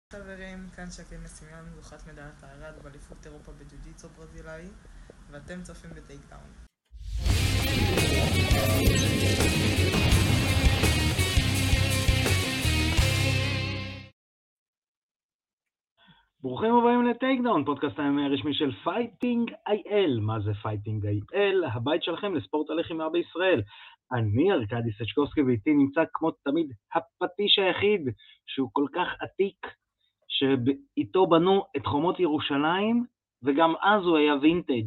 חברים, כאן שקלים מסימיון, זוכת מדליית הארד באליפות אירופה בג'ו-ג'יטסו ברזילאי, ואתם צופים בטייק דאון. ברוכים הבאים לטייק דאון, פודקאסט הימי הרשמי של פייטינג איי-אל. מה זה פייטינג איי-אל? הבית שלכם לספורט הלחימה בישראל. אני ארקדי סצ'קובסקי, ואיתי נמצא כמו תמיד הפטיש היחיד שהוא כל כך עתיק שאיתו בנו את חומות ירושלים, וגם אז הוא היה וינטג'.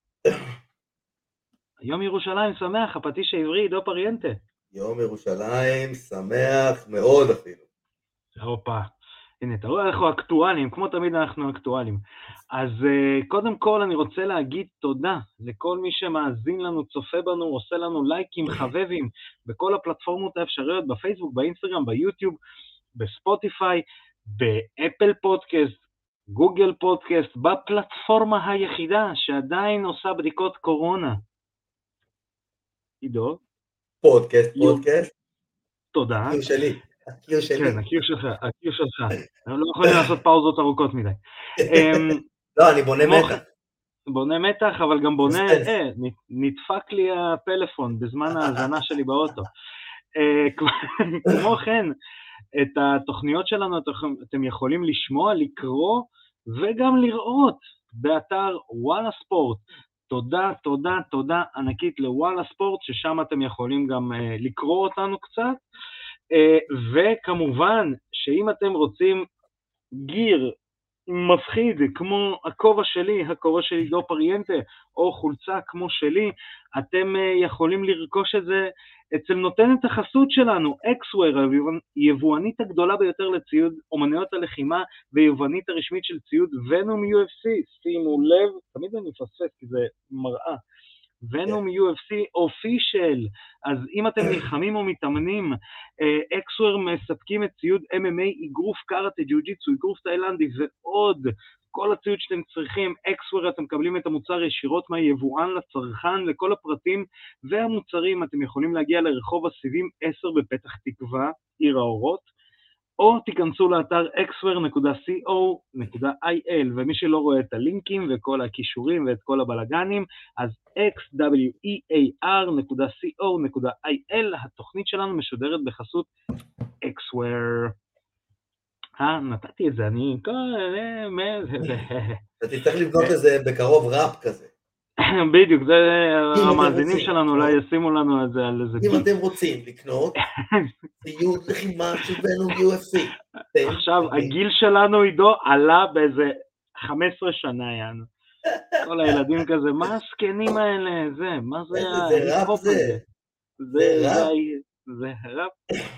יום ירושלים שמח, הפטיש העברי עידו פריאנטה. יום ירושלים שמח מאוד אפילו. הופה, הנה, אתה רואה אנחנו אקטואליים, כמו תמיד אנחנו אקטואליים. אז קודם כל אני רוצה להגיד תודה לכל מי שמאזין לנו, צופה בנו, עושה לנו לייקים, חבבים, בכל הפלטפורמות האפשריות, בפייסבוק, באינסטגרם, ביוטיוב, בספוטיפיי, באפל פודקאסט, גוגל פודקאסט, בפלטפורמה היחידה שעדיין עושה בדיקות קורונה. עידו? פודקאסט. תודה. הקיו שלי. כן, הקיו שלך. אנחנו לא יכולים לעשות פאוזות ארוכות מדי. לא, אני בונה מתח. בונה מתח, אבל גם בונה, נדפק לי הפלאפון בזמן ההזנה שלי באוטו. כמו כן, את התוכניות שלנו אתם יכולים לשמוע, לקרוא וגם לראות באתר וואלה ספורט. תודה ענקית לוואלה ספורט, ששם אתם יכולים גם לקרוא אותנו קצת, וכמובן שאם אתם רוצים גיר מפחיד כמו הכובע שלי דו פריאנטה, או חולצה כמו שלי, אתם יכולים לרכוש את זה אצל נותנת החסות שלנו, אקסוור, היבואנית הגדולה ביותר לציוד אומנויות הלחימה, ויבואנית הרשמית של ציוד ונום UFC, שימו לב, תמיד אני מפספס כי זה מראה, ונום UFC אופישל. אז אם אתם נלחמים או מתאמנים, אקסוור מספקים את ציוד MMA, אגרוף קראטה, ג'ו-ג'יטסו, אגרוף תאילנדי ועוד, כל הציוד שאתם צריכים. אקסוור, אתם מקבלים את המוצר ישירות מהיבואן לצרכן. לכל הפרטים והמוצרים אתם יכולים להגיע לרחוב הסיבים 10 בפתח תקווה, עיר האורות, או תיכנסו לאתר xwear.co.il, ומי שלא רואה את הלינקים וכל הכישורים ואת כל הבלגנים, אז xwear.co.il. התוכנית שלנו משודרת בחסות xwear. נתתי את זה, אני... אתה תצטרך לבנות לזה בקרוב ראפ כזה. בדיוק, זה המאזינים שלנו אולי ישימו לנו את זה על איזה... אם אתם רוצים לקנות ציוד לחימה של ונום UFC. עכשיו, הגיל שלנו עידו עלה באיזה 15 שנה יענו. כל הילדים כזה, מה הסקנים האלה? זה, מה זה? זה ראפ זה. זה ראפ.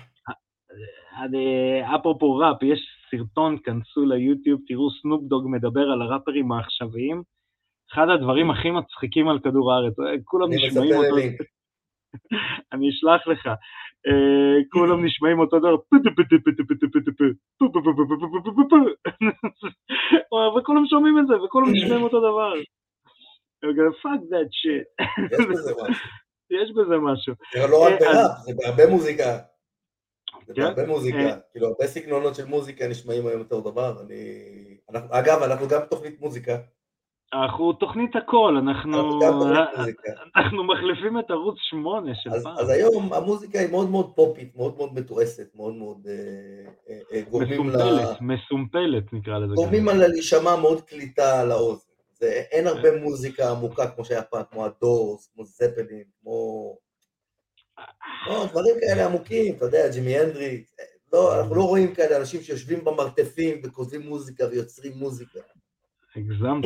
אפרופו ראפ, יש סרטון, כנסו ליוטיוב, תראו סנופ דוג מדבר על הראפרים העכשוויים. אחד הדברים הכי מצחיקים על כדור הארץ, כולם נשמעים אותו, אני אשלח לך, כולם נשמעים אותו דבר, וכולם שומעים את זה, וכולם נשמעים אותו דבר, fuck that shit, יש בזה משהו, זה לא רק בראפ, זה בהרבה מוזיקה, כאילו הרבה סגנונות של מוזיקה נשמעים היום יותר דבר. אגב, אנחנו גם תוכנית מוזיקה, אנחנו תוכנית הכל, אנחנו מחליפים את ערוץ 8 של פעם. אז היום המוזיקה היא מאוד מאוד פופית, מאוד מאוד מתועסת, מאוד מאוד מסומפלת נקרא לזה. גורמים על להישמע מאוד קליטה על האוזן. אין הרבה מוזיקה עמוקה כמו שהיה פעם, כמו הדורס, כמו זפלין, כמו דברים כאלה עמוקים, אתה יודע, ג'ימי הנדריקס. אנחנו לא רואים כאלה אנשים שיושבים במרתפים וכותבים מוזיקה ויוצרים מוזיקה. הגזמת.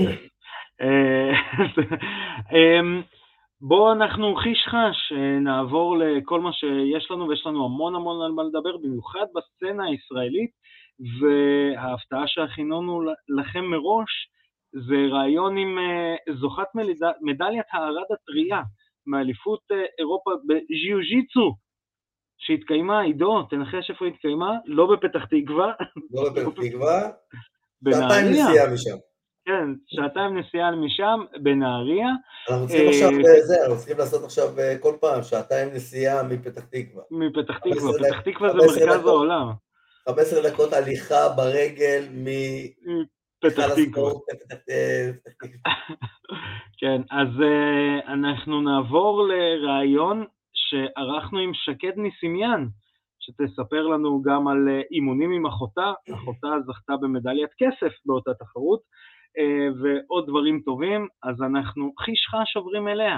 בואו אנחנו חיש-חש, נעבור לכל מה שיש לנו, ויש לנו המון על מה לדבר, במיוחד בסצנה הישראלית, וההפתעה שהכינונו לכם מראש, זה רעיון עם זוכת מדליית הארד הטריה, מאליפות אירופה בג'יו-ג'יטסו, שהתקיימה, עידו, תנחש איפה התקיימה? לא בפתח תקווה. לא בפתח תקווה, שעתיים נסיעה משם. כן, שעתיים נסיעה משם, בנהריה. אנחנו צריכים לעשות עכשיו כל פעם, שעתיים נסיעה מפתח תקווה. פתח תקווה זה מרכז העולם. 15 דקות הליכה ברגל פתח תקווה. כן, אז אנחנו נעבור לרעיון שערכנו עם שקד ניסימיאן, שתספר לנו גם על אימונים עם אחותה. אחותה זכתה במדליית כסף באותה תחרות, ועוד דברים טובים, אז אנחנו חיש עוברים אליה.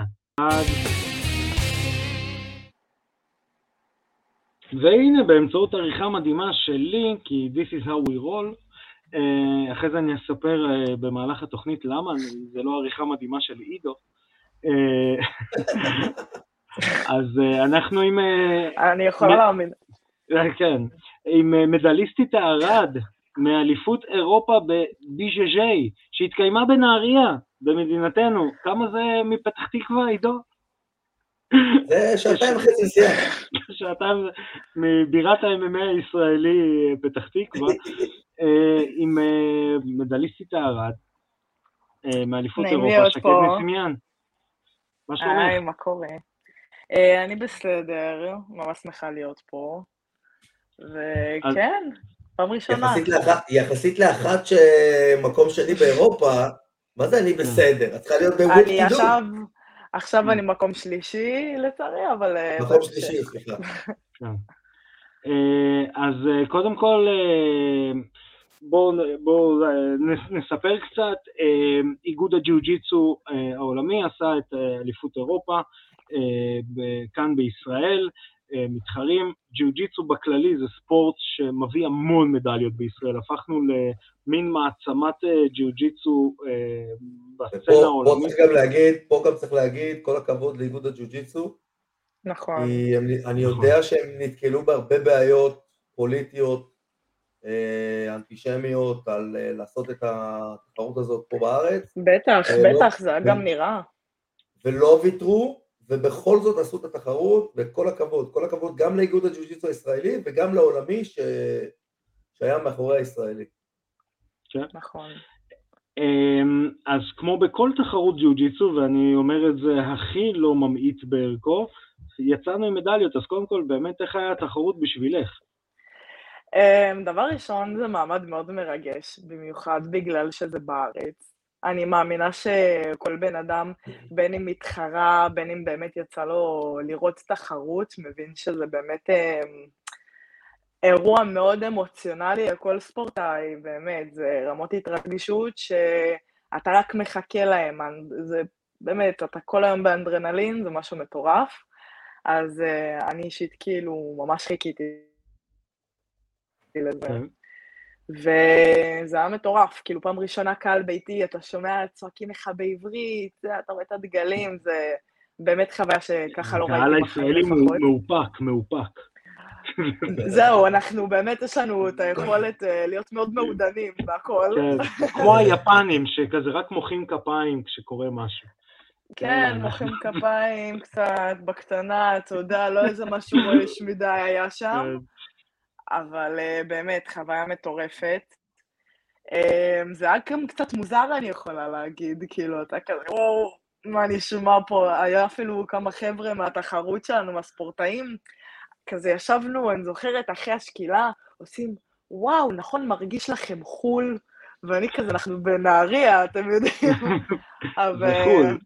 והנה באמצעות עריכה מדהימה שלי, כי this is how we roll, אחרי זה אני אספר במהלך התוכנית למה, זה לא עריכה מדהימה של עידו. אז אנחנו עם... אני יכולה להאמין. כן, עם מדליסטית הערד, מאליפות אירופה ב-BJJ, שהתקיימה בנהריה, במדינתנו. כמה זה מפתח תקווה, עידו? זה 2.5 נסיעה. 2 מבירת ה-MMA הישראלי פתח תקווה, עם מדליסטית הערד, מאליפות אירופה, שקד ניסימיאן. מה שלומך? היי, מה קורה? אני בסדר, ממש שמחה להיות פה, וכן, פעם ראשונה. יחסית לאחת שמקום שני באירופה, מה זה אני בסדר? את צריכה להיות בוויל קידום. עכשיו אני מקום שלישי, לצערי, אבל... מקום שלישי, סליחה. אז קודם כל, בואו נספר קצת. איגוד הג'יוג'יצו העולמי עשה את אליפות אירופה כאן בישראל, מתחרים. ג'יוג'יצו בכללי זה ספורט שמביא המון מדליות בישראל, הפכנו למין מעצמת ג'יוג'יצו בסצנה העולמית. פה גם צריך להגיד, כל הכבוד לאיגוד הג'יוג'יצו. נכון. אני יודע שהם נתקלו בהרבה בעיות פוליטיות, אנטישמיות, על לעשות את התחרות הזאת פה בארץ. בטח, זה גם נראה. ולא ויתרו, ובכל זאת עשו את התחרות, וכל הכבוד גם לאיגוד הג'יוג'יצו הישראלי, וגם לעולמי שהיה מאחורי הישראלי. נכון. אז כמו בכל תחרות ג'יוג'יצו, ואני אומר את זה הכי לא ממעיט בערכו, יצאנו עם מדליות, אז קודם כל באמת איך היה התחרות בשבילך? דבר ראשון זה מעמד מאוד מרגש, במיוחד בגלל שזה בארץ. אני מאמינה שכל בן אדם, בין אם מתחרה, בין אם באמת יצא לו לראות תחרות, מבין שזה באמת אירוע מאוד אמוציונלי לכל ספורטאי, באמת, זה רמות התרגשות שאתה רק מחכה להם, זה באמת, אתה כל היום באנדרנלין, זה משהו מטורף, אז אני אישית כאילו ממש חיכיתי לזה. וזה היה מטורף, כאילו פעם ראשונה קהל ביתי, אתה שומע צועקים לך בעברית, אתה רואה את הדגלים, זה באמת חוויה שככה לא ראיתי בחיים לפחות. הקהל הישראלי מאופק. זהו, אנחנו באמת יש לנו את היכולת להיות מאוד מעודנים בהכל. כן, כמו היפנים שכזה רק מוחאים כפיים כשקורה משהו. כן, מוחאים כפיים קצת בקטנה, אתה יודע, לא איזה משהו רועש מדי היה שם. אבל באמת, חוויה מטורפת. זה היה גם קצת מוזר, אני יכולה להגיד, כאילו, אתה כזה, וואו, מה נשמע פה? היה אפילו כמה חבר'ה מהתחרות שלנו, מהספורטאים, כזה ישבנו, אני זוכרת, אחרי השקילה, עושים, וואו, נכון, מרגיש לכם חול, ואני כזה, אנחנו בנהריה, אתם יודעים. זה חול.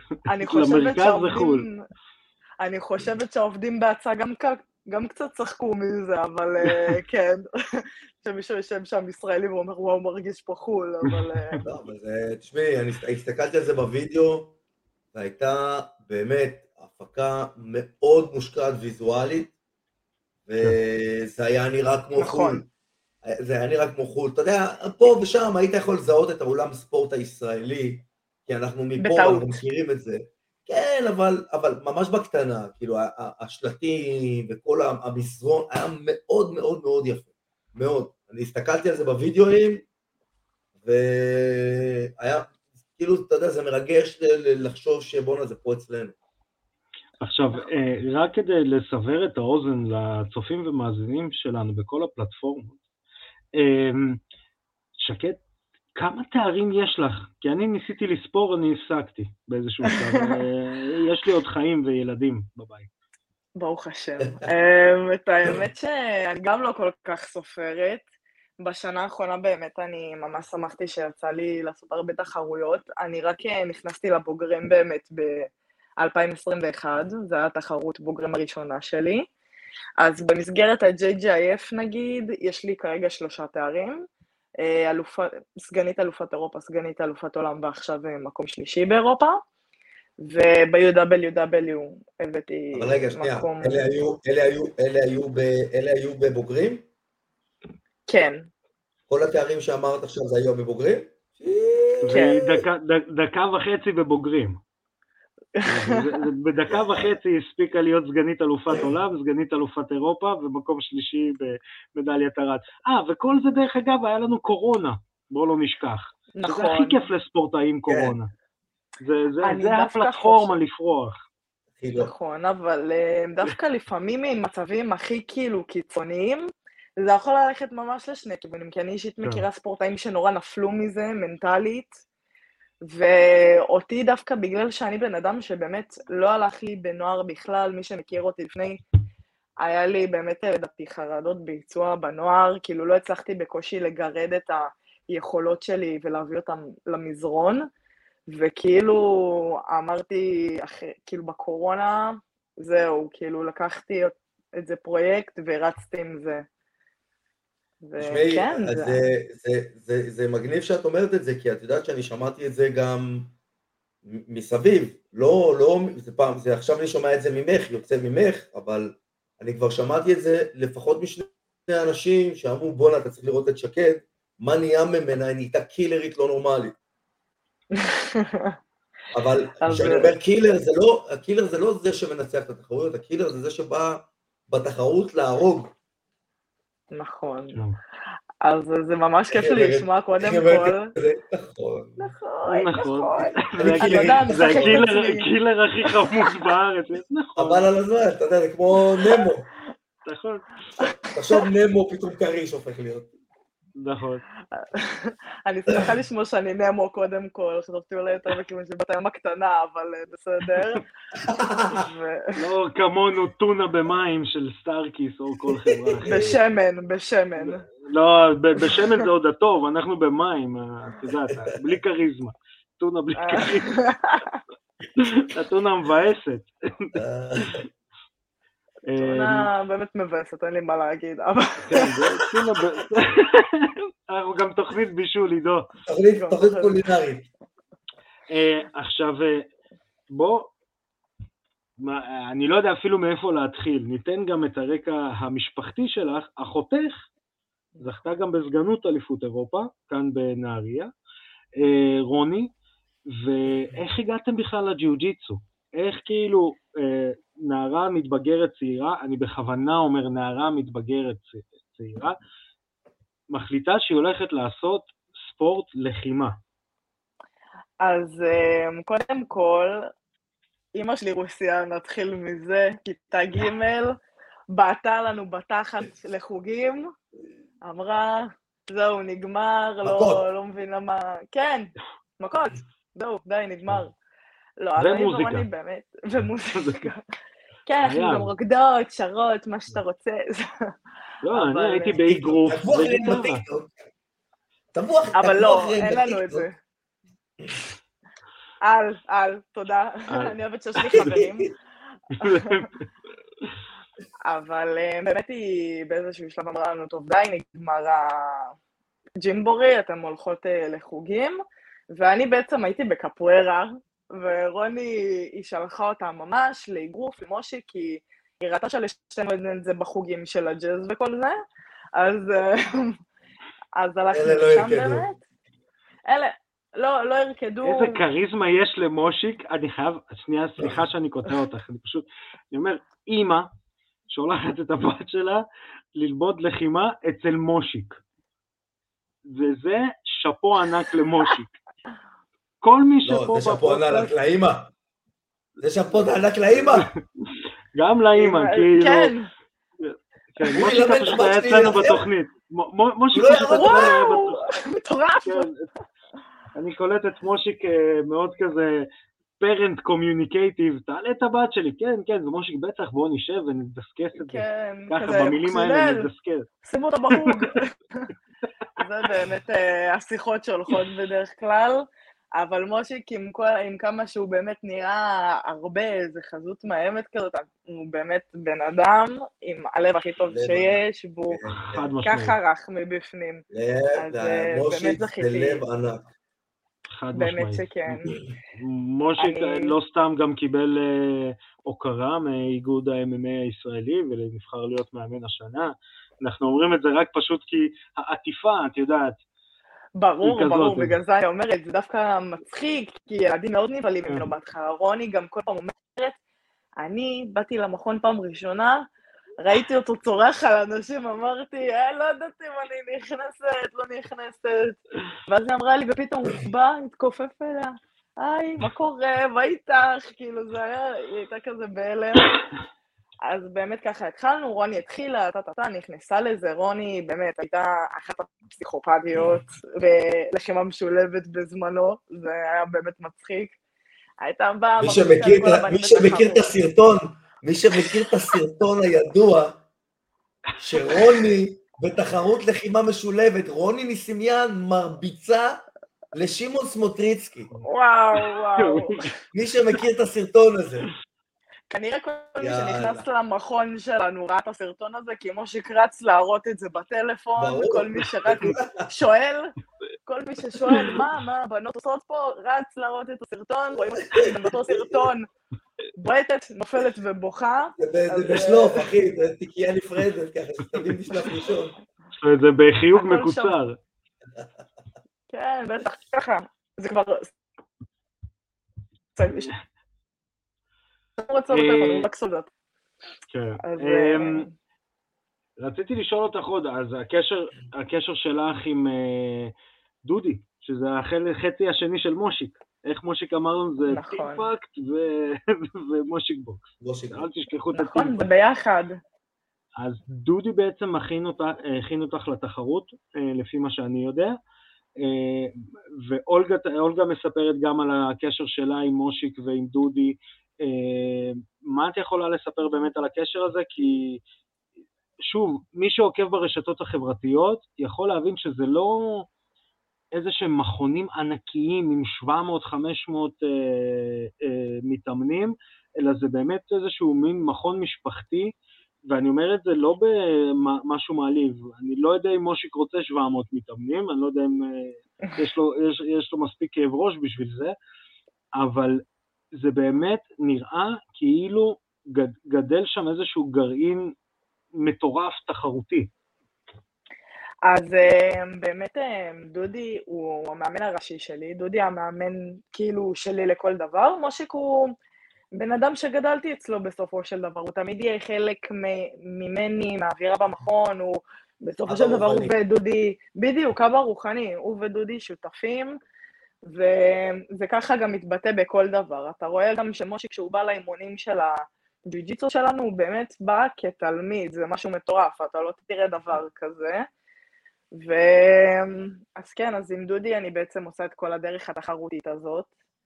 אני חושבת שהעובדים בהצעה גם קצת צחקו מזה, אבל כן, שמישהו ישב שם ישראלי ואומר, וואו, מרגיש פה חול, אבל... לא, אבל זה, תשמעי, אני הסתכלתי על זה בווידאו, והייתה באמת הפקה מאוד מושקעת ויזואלית, וזה היה נראה כמו חול. זה היה נראה כמו חול. אתה יודע, פה ושם היית יכול לזהות את האולם ספורט הישראלי, כי אנחנו מפה, אנחנו מכירים את זה. כן, אבל ממש בקטנה, כאילו, השלטים וכל המסרון היה מאוד מאוד מאוד יפה, מאוד. אני הסתכלתי על זה בווידאוים, והיה, כאילו, אתה יודע, זה מרגש לחשוב שבונה זה פה אצלנו. עכשיו, רק כדי לסבר את האוזן לצופים ומאזינים שלנו בכל הפלטפורמות, שקד, כמה תארים יש לך? כי אני ניסיתי לספור, אני הפסקתי באיזשהו שלב. יש לי עוד חיים וילדים בבית. ברוך השם. את האמת שאני גם לא כל כך סופרת. בשנה האחרונה באמת אני ממש שמחתי שיצא לי לעשות הרבה תחרויות. אני רק נכנסתי לבוגרים באמת ב-2021, זו הייתה תחרות בוגרים הראשונה שלי. אז במסגרת ה-JGIF נגיד, יש לי כרגע 3 תארים. סגנית אלופת אירופה, סגנית אלופת עולם, ועכשיו מקום שלישי באירופה. וב-UWW הבאתי מקום... אבל רגע, שנייה, אלה היו בבוגרים? כן. כל התארים שאמרת עכשיו זה היו בבוגרים? כן. דקה וחצי בבוגרים. בדקה וחצי הספיקה להיות סגנית אלופת עולם, סגנית אלופת אירופה, ומקום שלישי במדליית ארד. וכל זה דרך אגב היה לנו קורונה, בואו לא נשכח. נכון. זה הכי כיף לספורטאים קורונה. זה הפלטפורמה לפרוח. נכון, אבל דווקא לפעמים עם מצבים הכי כאילו קיצוניים, זה יכול ללכת ממש לשני כיוונים, כי אני אישית מכירה ספורטאים שנורא נפלו מזה מנטלית, ואותי דווקא בגלל שאני בן אדם שבאמת לא הלך לי בנוער בכלל, מי שמכיר אותי לפני, היה לי באמת לדעתי חרדות ביצוע בנוער, כאילו לא הצלחתי בקושי לגרד את היכולות שלי ולהביא אותם למזרון, וכאילו אמרתי, כאילו בקורונה, זהו, כאילו לקחתי את זה פרויקט ורצתי עם זה. תשמעי, זה מגניב שאת אומרת את זה, כי את יודעת שאני שמעתי את זה גם מסביב, זה עכשיו אני שומע את זה ממך, יוצא ממך, אבל אני כבר שמעתי את זה לפחות משני אנשים שאמרו, בונה, אתה צריך לראות את שקד, מה נהיה ממנה, היא נהייתה קילרית לא נורמלית. אבל כשאני אומר קילר, הקילר זה לא זה שמנצח את התחרויות, הקילר זה זה שבא בתחרות להרוג. נכון. אז זה ממש כיף לי לשמוע קודם כל. נכון. זה הקילר הכי חמוד בארץ. אבל על הזמן, אתה יודע, זה כמו נמו. נכון. עכשיו נמו פתאום קריש הופך להיות. נכון. אני שמחה לשמוע שאני נמו קודם כל, חשבתי אולי יותר בכיוון של בת הים הקטנה, אבל בסדר. לא כמונו טונה במים של סטארקיס או כל חברה אחרת. בשמן. לא, בשמן זה עוד הטוב, אנחנו במים, את יודעת, בלי קריזמה. טונה בלי קריזמה. הטונה מבאסת. טונה באמת מבאסת, אין לי מה להגיד, אבל... אנחנו גם תוכנית בישול, עידו. תוכנית קולינרית. עכשיו, בוא, אני לא יודע אפילו מאיפה להתחיל, ניתן גם את הרקע המשפחתי שלך, אחותך זכתה גם בסגנות אליפות אירופה, כאן בנהריה, רוני, ואיך הגעתם בכלל לג'יוג'יטסו? איך כאילו נערה מתבגרת צעירה, אני בכוונה אומר נערה מתבגרת צעירה, מחליטה שהיא הולכת לעשות ספורט לחימה? אז קודם כל, אמא שלי רוסיה, נתחיל מזה, כיתה ג' בעטה לנו בתחת לחוגים, אמרה, זהו, נגמר, לא מבין למה, כן, מכות, זהו, די, נגמר. לא, אז אני ורוני באמת, ומוזיקה. כן, אנחנו גם רוקדות, שרות, מה שאתה רוצה. לא, אני הייתי באגרוף. אבל לא, אין לנו את זה. תודה, אני אוהבת שיש לי חברים. אבל באמת היא באיזשהו שלב אמרה לנו, טוב די, נגמר הג'ימבורי, אתם הולכות לחוגים, ואני בעצם הייתי בקפוארה, ורוני היא שלחה אותה ממש לאגרוף, למושי, כי היא ראתה שלשתנו את זה בחוגים של הג'אז וכל זה, אז הלכנו שם באמת. אלה, לא הרקדו. איזה קריזמה יש למושיק, אני חייב, שנייה, סליחה שאני קוטע אותך, אני אומר, אמא שולחת את הבת שלה ללמוד לחימה אצל מושיק, וזה שפו ענק למושיק. כל מי שפה... לא, זה שפו ענק לאמא. זה שפו ענק לאמא. גם לאמא, כאילו... כן. כן, מושיק פשוט היה אצלנו בתוכנית. מושיק פשוט היה בתוכנית. מטורף. אני קולט את מושיק מאוד כזה פרנט קומיוניקייטיב, תעלה את הבת שלי, כן, כן, זה מושיק בטח, בואו נשב ונדסקס את זה. כן, ככה, כזה, במילים האלה צ'ילל, נדסקס. שימו אותו בחוג. זה באמת השיחות שהולכות בדרך כלל, אבל מושיק עם כמה שהוא באמת נראה הרבה איזה חזות מאיימת כזאת, הוא באמת בן אדם עם הלב הכי טוב שיש, והוא ככה רך מבפנים. אז באמת מושיק זה לב ענק. חד באמת משמעית. שכן. מושיק לא סתם גם קיבל הוקרה מאיגוד ה-MMA הישראלי, ונבחר להיות מאמן השנה. אנחנו אומרים את זה רק פשוט כי העטיפה, את יודעת, ברור, ברור, בגלל זה אני אומרת, זה דווקא מצחיק, כי ילדים מאוד נבהלים ממנו בהתחלה. רוני גם כל פעם אומרת, אני באתי למכון פעם ראשונה, ראיתי אותו צורח על אנשים, אמרתי, לא יודעת אם אני נכנסת, לא נכנסת. ואז היא אמרה לי, ופתאום הוא בא, התכופף אליה, היי, מה קורה, מה איתך? כאילו זה היה, היא הייתה כזה בהלם. אז באמת ככה התחלנו, רוני התחילה, נכנסה לזה, רוני באמת הייתה אחת הפסיכופתיות, ולחימה משולבת בזמנו, זה היה באמת מצחיק. הייתה באה, מי שמכיר את הסרטון הידוע, שרוני בתחרות לחימה משולבת, רוני ניסימיאן מרביצה לשימון סמוטריצקי. וואו. מי שמכיר את הסרטון הזה. כנראה כל מי שנכנס למכון שלנו ראה את הסרטון הזה, כי מושיק רץ להראות את זה בטלפון, כל מי שרק שואל, כל מי ששואל, מה הבנות עושות פה, רץ להראות את הסרטון, רואים אותי באותו סרטון, בועטת, נופלת ובוכה. זה בשלוף, אחי, זה תיקייה נפרדת, ככה שתמיד בשלף ראשון. זה בחיוג מקוצר. כן, בטח ככה, זה כבר... רציתי לשאול אותך עוד, אז הקשר שלך עם דודי, שזה החצי השני של מושיק, איך מושיק אמרנו זה טימפקט ומושיק בוקס, אל תשכחו את הטימפקט. נכון, זה ביחד. אז דודי בעצם הכין אותך לתחרות, לפי מה שאני יודע, ואולגה מספרת גם על הקשר שלה עם מושיק ועם דודי. מה את יכולה לספר באמת על הקשר הזה? כי שוב, מי שעוקב ברשתות החברתיות יכול להבין שזה לא איזה שהם מכונים ענקיים עם 700-500 מתאמנים, אלא זה באמת איזשהו מין מכון משפחתי, ואני אומר את זה לא במשהו מעליב, אני לא יודע אם מושיק רוצה 700 מתאמנים, אני לא יודע אם יש לו מספיק כאב ראש בשביל זה, אבל זה באמת נראה כאילו גדל שם איזשהו גרעין מטורף תחרותי. אז באמת דודי הוא המאמן הראשי שלי, דודי המאמן כאילו שלי לכל דבר, מושיק הוא בן אדם שגדלתי אצלו בסופו של דבר, הוא תמיד יהיה חלק ממני, מהאווירה במכון, הוא בסופו של דבר הוא ודודי, בדיוק, אבא רוחני, הוא ודודי שותפים, וזה ככה גם מתבטא בכל דבר. אתה רואה גם שמושיק כשהוא בא לאימונים של הג'יוג'יצו שלנו, הוא באמת בא כתלמיד, זה משהו מטורף, אתה לא תראה דבר כזה. אז כן, אז עם דודי אני בעצם עושה את כל הדרך התחרותית הזאת,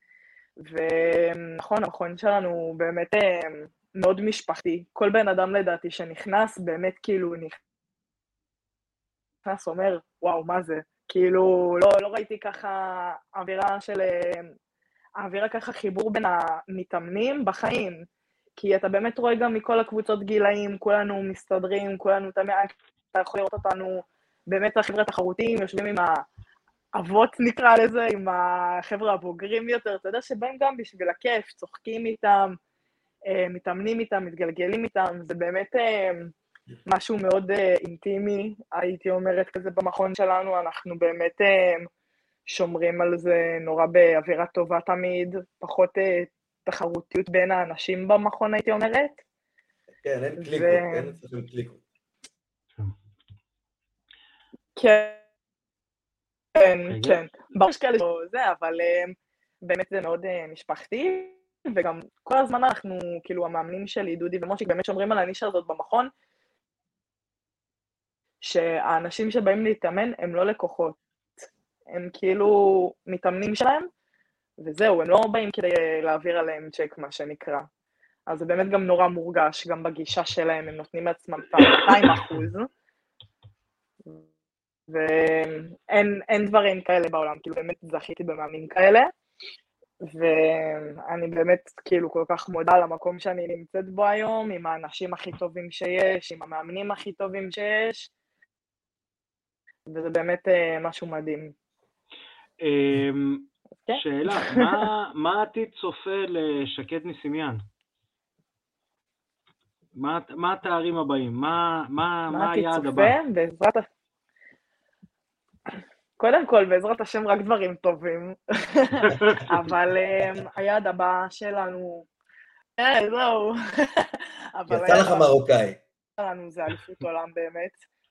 ונכון, המכון שלנו הוא באמת מאוד משפחתי, כל בן אדם לדעתי שנכנס, באמת כאילו נכנס אומר, וואו, מה זה? כאילו, לא ראיתי ככה אווירה ככה חיבור בין המתאמנים בחיים, כי אתה באמת רואה גם מכל הקבוצות גילאים, כולנו מסתדרים, כולנו תמיד, אתה יכול לראות אותנו, באמת החבר'ה התחרותיים, יושבים עם האבות נקרא לזה, עם החבר'ה הבוגרים יותר, אתה יודע שבאים גם בשביל הכיף, צוחקים איתם, מתאמנים איתם, מתגלגלים איתם, זה באמת משהו מאוד אינטימי, הייתי אומרת כזה במכון שלנו, אנחנו באמת שומרים על זה נורא באווירה טובה תמיד, פחות תחרותיות בין האנשים במכון, הייתי אומרת. כן, אין קליקות, אין אצלכם קליקות. כן, ברור שכאלה זה, אבל באמת זה מאוד משפחתי, וגם כל הזמן אנחנו, כאילו המאמנים שלי, דודי ומושיק, באמת שומרים על הנישה הזאת במכון, שהאנשים שבאים להתאמן הם לא לקוחות, הם כאילו מתאמנים שלהם, וזהו, הם לא באים כדי להעביר עליהם צ'ק, מה שנקרא. אז זה באמת גם נורא מורגש, גם בגישה שלהם, הם נותנים לעצמם את ה-200%, ואין דברים כאלה בעולם, כאילו באמת זכיתי במאמנים כאלה, ואני באמת כאילו כל כך מודה למקום שאני נמצאת בו היום, עם האנשים הכי טובים שיש, עם המאמנים הכי טובים שיש, וזה באמת משהו מדהים. שאלה, מה עתיד צופה לשקד ניסימיאן? מה התארים הבאים? מה היעד הבא? קודם כל, בעזרת השם רק דברים טובים, אבל היעד הבא שלנו, זהו, יצא לך מרוקאי. שלנו זה אליפות עולם באמת.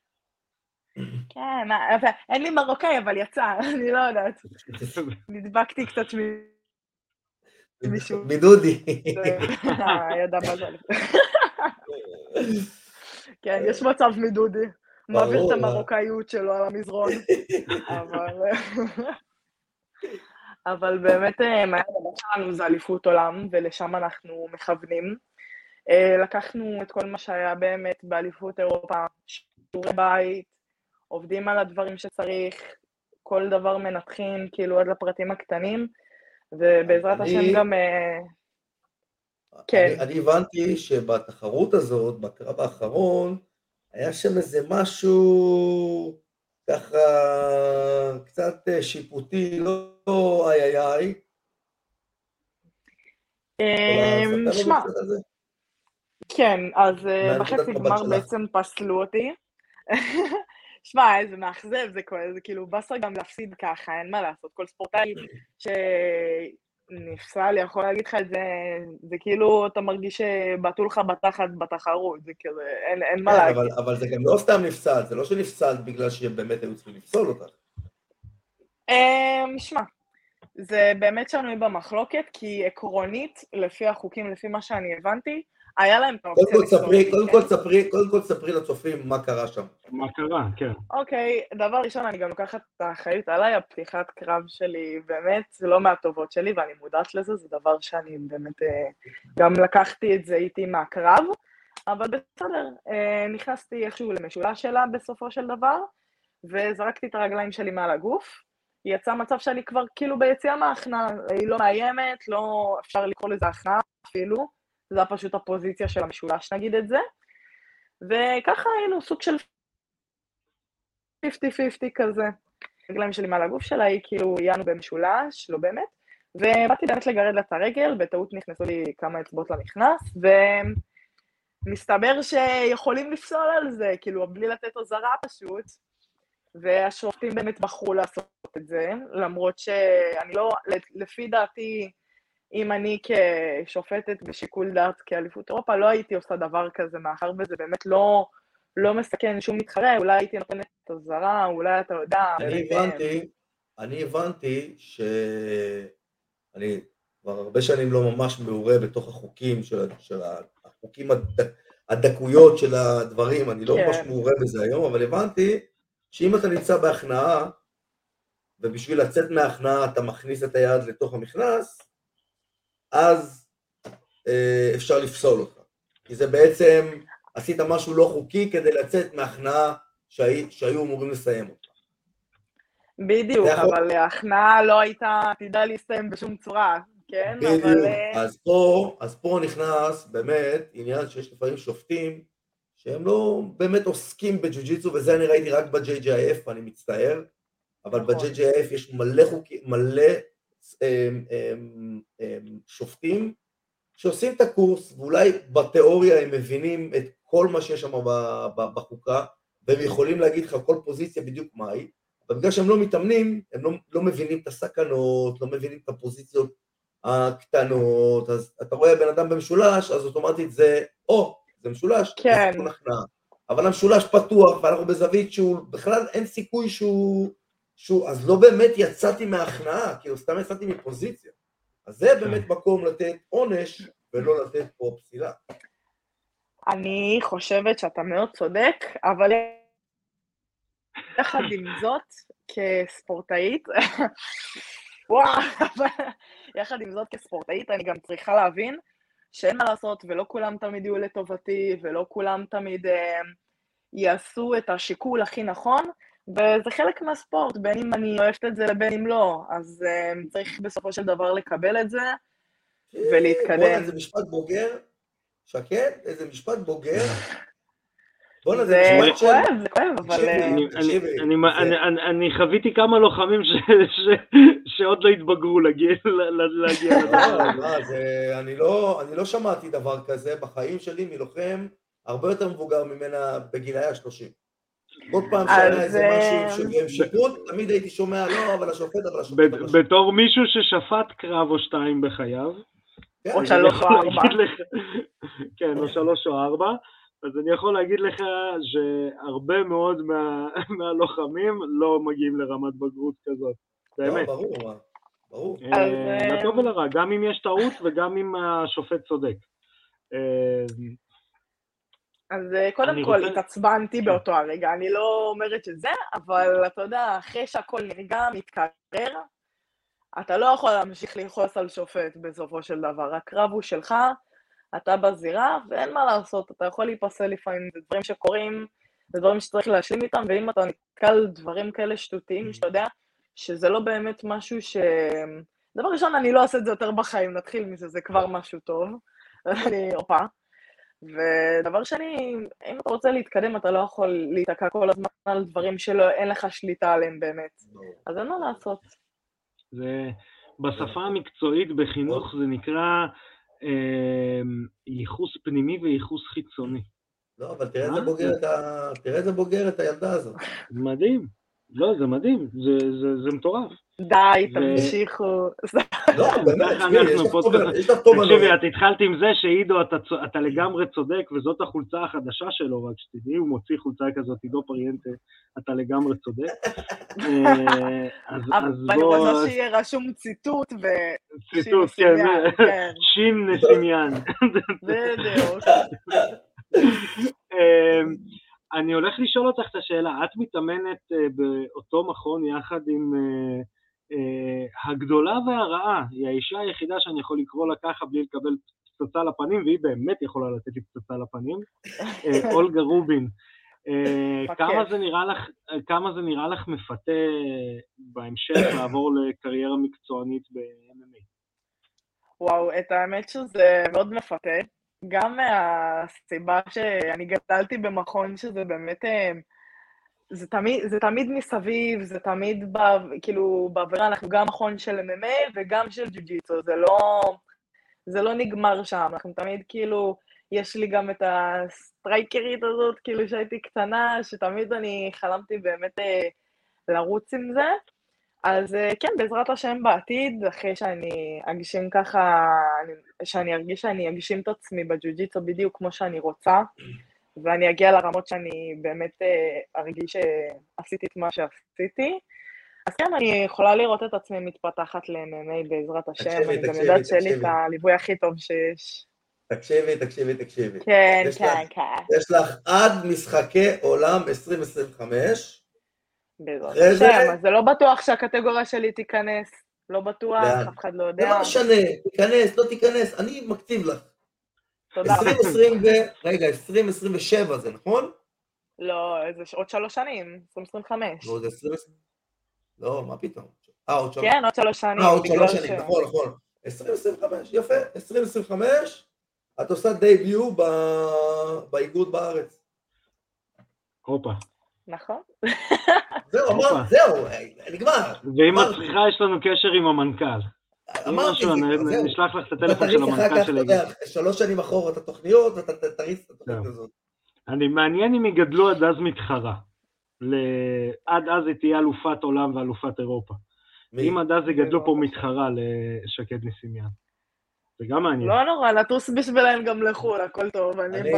כן, אין לי מרוקאי, אבל יצא, אני לא יודעת. נדבקתי קצת מישהו. מדודי. ידע בזל. כן, יש מצב מדודי. מעביר את המרוקאיות שלו על המזרון. אבל באמת, היעד הבא שלנו זה אליפות עולם, ולשם אנחנו מכוונים. לקחנו את כל מה שהיה באמת באליפות אירופה, שיעורי בית, עובדים על הדברים שצריך, כל דבר מנתחים, כאילו עד לפרטים הקטנים, ובעזרת השם גם... כן. אני הבנתי שבתחרות הזאת, בקרב האחרון, היה שם איזה משהו ככה קצת שיפוטי, לא איי. שמע, כן, אז בחצי גמר בעצם פסלו אותי. שמע, איזה מאכזב, זה כאילו בסר גם להפסיד ככה, אין מה לעשות, כל ספורטאי שנפסל יכול להגיד לך את זה, זה כאילו אתה מרגיש שבטו לך בתחת בתחרות, זה כזה, אין מה להגיד. אבל זה גם לא סתם נפסל, זה לא שנפסל בגלל שבאמת היו צריכים לפסול אותך. שמע, זה באמת שנוי במחלוקת, כי עקרונית, לפי החוקים, לפי מה שאני הבנתי, היה להם את האופציה לפסול. קודם כל ספרי לצופים מה קרה שם. מה קרה, כן. אוקיי, דבר ראשון, אני גם לוקחת את האחריות עליי, הפתיחת קרב שלי, באמת, זה לא מהטובות שלי, ואני מודעת לזה, זה דבר שאני באמת, גם לקחתי את זה איתי מהקרב, אבל בסדר, נכנסתי איכשהו למשולש שלה בסופו של דבר, וזרקתי את הרגליים שלי מעל הגוף, יצא מצב שאני כבר כאילו ביציאה מההכנעה, היא לא מאיימת, לא אפשר לקרוא לזה הכנעה אפילו, זה היה פשוט הפוזיציה של המשולש, נגיד את זה, וככה היינו סוג של 50-50 כזה. הרגליים שלי מעל הגוף שלה, היא כאילו היינו במשולש, לא באמת, ובאתי באמת לגרד לה את הרגל, בטעות נכנסו לי כמה אצבעות למכנס, ומסתבר שיכולים לפסול על זה, כאילו בלי לתת עזרה פשוט, והשופטים באמת בחרו לעשות את זה, למרות שאני לא, לפי דעתי, אם אני כשופטת בשיקול דעת כאליפות אירופה, לא הייתי עושה דבר כזה, מאחר וזה באמת לא מסכן שום מתחרה, אולי הייתי נותנת את הזרה, אולי אתה יודע. אני הבנתי שאני כבר הרבה שנים לא ממש מעורה בתוך החוקים של החוקים הדקויות של הדברים, אני לא ממש מעורה בזה היום, אבל הבנתי שאם אתה נמצא בהכנעה, ובשביל לצאת מההכנעה אתה מכניס את היד לתוך המכנס, אז אפשר לפסול אותך. כי זה בעצם, עשית משהו לא חוקי כדי לצאת מההכנעה שהיו אמורים לסיים אותה. בדיוק, אבל ההכנעה לא הייתה עתידה להסתיים בשום צורה, כן? בדיוק, אז פה נכנס באמת עניין שיש לפעמים שופטים, שהם לא באמת עוסקים בג'ו-ג'יטסו, וזה אני ראיתי רק ב-JJIF, אני מצטער, אבל ב-JJIF יש מלא שופטים שעושים את הקורס, ואולי בתיאוריה הם מבינים את כל מה שיש שם בחוקה, והם יכולים להגיד לך כל פוזיציה בדיוק מה היא, אבל בגלל שהם לא מתאמנים, הם לא מבינים את הסכנות, לא מבינים את הפוזיציות הקטנות, אז אתה רואה בן אדם במשולש, אז אוטומטית זה, זה משולש, כן. זה נכנע. אבל המשולש פתוח, ואנחנו בזווית שהוא, בכלל אין סיכוי שהוא, אז לא באמת יצאתי מההכנעה, כאילו סתם יצאתי מפוזיציה. אז זה באמת מקום לתת עונש, ולא לתת פה פסילה. אני חושבת שאתה מאוד צודק, אבל יחד עם זאת, כספורטאית, וואו, יחד עם זאת כספורטאית אני גם צריכה להבין שאין מה לעשות, ולא כולם תמיד יהיו לטובתי, ולא כולם תמיד יעשו את השיקול הכי נכון, וזה חלק מהספורט, בין אם אני אוהבת את זה לבין אם לא, אז צריך בסופו של דבר לקבל את זה, ולהתקדם. בוא'נה, איזה משפט בוגר, שקט, איזה משפט בוגר. בוא'נה, זה משפט של... כואב, זה כואב, אבל... אני חוויתי כמה לוחמים שעוד לא התבגרו להגיע אני לא שמעתי דבר כזה בחיים שלי מלוחם הרבה יותר מבוגר ממנה בגילאי ה-30. כל פעם שהיה איזה משהו שהם שיפוט, תמיד הייתי שומע, לא, אבל השופט. בתור מישהו ששפט קרב או 2 בחייו, או 3 או 4. כן, או 3 או 4, אז אני יכול להגיד לך שהרבה מאוד מהלוחמים לא מגיעים לרמת בגרות כזאת, באמת. לא, ברור. לטוב ולרע, גם אם יש טעות וגם אם השופט צודק. אז קודם כל התעצבנתי באותו הרגע, אני לא אומרת שזה, אבל אתה יודע, אחרי שהכל נרגע, מתקרר, אתה לא יכול להמשיך לכעוס על שופט בסופו של דבר, הקרב הוא שלך, אתה בזירה, ואין מה לעשות, אתה יכול להיפסל לפעמים, זה דברים שקורים, זה דברים שצריך להשלים איתם, ואם אתה נתקל דברים כאלה שטותיים, שאתה יודע שזה לא באמת משהו דבר ראשון, אני לא אעשה את זה יותר בחיים, נתחיל מזה, זה כבר משהו טוב, ודבר שני, אם אתה רוצה להתקדם, אתה לא יכול להתעקע כל הזמן על דברים שאין לך שליטה עליהם באמת, אז אין מה לעשות. בשפה המקצועית בחינוך זה נקרא ייחוס פנימי וייחוס חיצוני. לא, אבל תראה איזה בוגרת הילדה הזאת. מדהים. לא, זה מדהים, זה מטורף. די, תמשיכו. לא, באמת, יש לך תובנות. תקשיבי, את התחלת עם זה שעידו, אתה לגמרי צודק, וזאת החולצה החדשה שלו, רק שתדעי, הוא מוציא חולצה כזאת, עידו פריאנטה, אתה לגמרי צודק. אני רוצה שיהיה רשום ציטוט ציטוט, כן, שין נסימיאן. בדיוק. אני הולך לשאול אותך את השאלה, את מתאמנת באותו מכון יחד עם הגדולה והרעה, היא האישה היחידה שאני יכול לקרוא לה ככה בלי לקבל פצצה לפנים, והיא באמת יכולה לתת לי פצצה לפנים, אולגה רובין. כמה זה נראה לך מפתה בהמשך לעבור לקריירה מקצוענית ב-MMA? וואו, את האמת שזה מאוד מפתה. גם מהסיבה שאני גדלתי במכון שזה באמת, זה תמיד מסביב, זה תמיד כאילו בעבירה, אנחנו גם מכון של MMA וגם של ג'ו-ג'יטסו, זה לא נגמר שם, אנחנו תמיד כאילו, יש לי גם את הסטרייקרית הזאת, כאילו שהייתי קטנה, שתמיד אני חלמתי באמת לרוץ עם זה, אז כן, בעזרת השם בעתיד, אחרי שאני אגשים ככה, שאני ארגיש שאני אגשים את עצמי בג'ו-ג'יטסו בדיוק כמו שאני רוצה, ואני אגיע לרמות שאני באמת ארגיש שעשיתי את מה שעשיתי, אז כן, אני יכולה לראות את עצמי מתפתחת ל-MMA בעזרת השם, אני גם יודעת שיהיה לי את הליווי הכי טוב שיש. תקשיבי. כן. יש לך עד משחקי עולם 2025, בעזרת השם, אז זה לא בטוח שהקטגוריה שלי תיכנס, לא בטוח, אף אחד לא יודע. זה לא משנה, תיכנס, לא תיכנס, אני מקציב לך. תודה. 2027 זה נכון? לא, זה עוד 3 שנים, 2025. לא, זה 20... לא, מה פתאום? עוד 3. כן, עוד 3 שנים. עוד 3 שנים, נכון. 2025, יפה, 2025, את עושה דייביו באיגוד בארץ. הופה. נכון. זהו, נגמר. ואם את צריכה, יש לנו קשר עם המנכ"ל. אמרתי, נשלח לך את הטלפון של המנכ"ל של האיגוד. 3 שנים אחורה את התוכניות, ואתה תריץ את התוכנית הזאת. אני מעניין אם יגדלו עד אז מתחרה. עד אז היא תהיה אלופת עולם ואלופת אירופה. אם עד אז יגדלו פה מתחרה לשקד נסימיאן. זה גם מעניין. לא נורא, לטוס בשבילם גם לחו"ל, הכל טוב,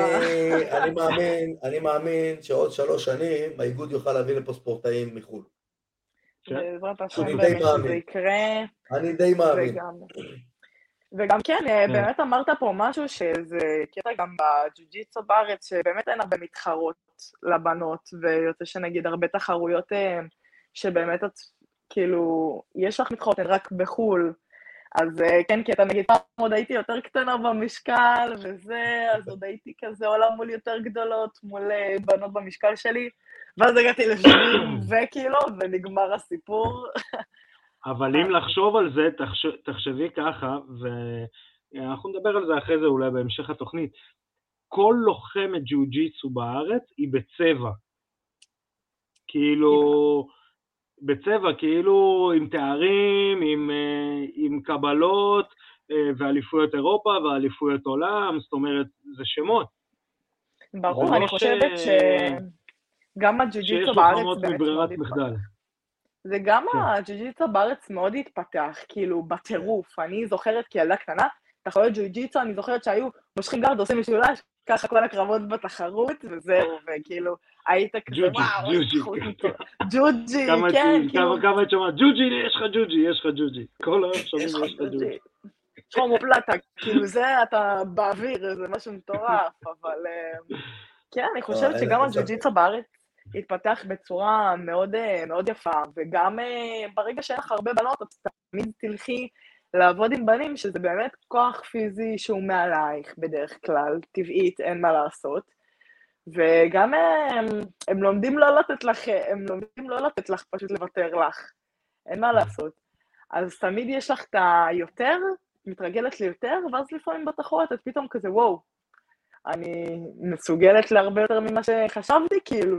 אני מאמין שעוד 3 שנים האיגוד יוכל להביא לפה ספורטאים מחו"ל. בעזרת השם באמת שזה יקרה. אני די מאמין. וגם כן, באמת אמרת פה משהו שזה קטע גם בג'ו-ג'יטסו בארץ, שבאמת אין הרבה מתחרות לבנות, ויוצא שנגיד הרבה תחרויות שבאמת כאילו, יש לך מתחרות, הן רק בחול. אז כן, כי אתה נגיד, פעם עוד הייתי יותר קטנה במשקל, וזה, אז עוד הייתי כזה עולה מול יותר גדולות, מול בנות במשקל שלי, ואז הגעתי ל-70 וקילו, ונגמר הסיפור. אבל אם לחשוב על זה, תחשבי ככה, ואנחנו נדבר על זה אחרי זה אולי בהמשך התוכנית, כל לוחמת ג'יוג'יטסו בארץ היא בצבע. כאילו, בצבע, כאילו עם תארים, עם קבלות, ואליפויות אירופה, ואליפויות עולם, זאת אומרת, זה שמות. ברור, אני חושבת שגם הג'יוג'יטסו בארץ בעצם מאוד התפתח. זה גם הג'יוג'יטסו בארץ מאוד התפתח, כאילו, בטירוף. אני זוכרת כילדה קטנה, תחרויות ג'יוג'יטסו, אני זוכרת שהיו מושכים גרד, עושים משולש, ככה כל הקרבות בתחרות, וזהו, וכאילו, היית כזה, וואו, ג'וג'י, כן, כאילו. כמה את שומעת, ג'וג'י, יש לך ג'וג'י. כל היום שומעים יש לך ג'וג'י. יש לך מופלטה, כאילו זה, אתה באוויר, זה משהו מטורף, אבל כן, אני חושבת שגם הג'יוג'יטסו בארץ התפתח בצורה מאוד מאוד יפה, וגם ברגע שאין לך הרבה בנות, את תמיד תלכי לעבוד עם בנים, שזה באמת כוח פיזי שהוא מעלייך בדרך כלל, טבעית, אין מה לעשות, וגם הם לומדים לא לתת לך, פשוט לוותר לך, אין מה לעשות. אז תמיד יש לך את היותר, מתרגלת ליותר, ואז לפעמים בתחרות את פתאום כזה, וואו, אני מסוגלת להרבה יותר ממה שחשבתי, כאילו,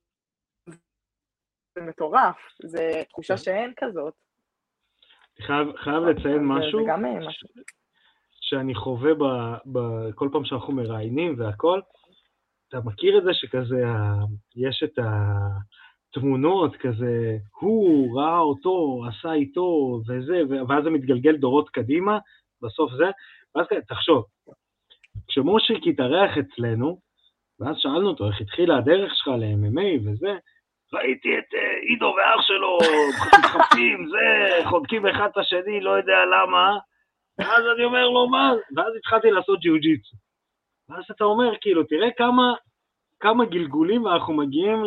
זה מטורף, זה תחושה שאין כזאת. חייב לציין משהו, זה גם משהו. שאני חווה כל פעם שאנחנו מראיינים והכל, אתה מכיר את זה שכזה, יש את התמונות כזה, הוא ראה אותו, עשה איתו וזה, ואז זה מתגלגל דורות קדימה, בסוף זה, ואז תחשוב, כשמושיק התארח אצלנו, ואז שאלנו אותו איך התחילה הדרך שלך ל-MMA וזה, ראיתי את עידו ואח שלו, מתחפים, זה, חודקים אחד את השני, לא יודע למה, ואז אני אומר לו מה, ואז התחלתי לעשות ג'יוג'יטסו. ואז אתה אומר, כאילו, תראה כמה גלגולים אנחנו מגיעים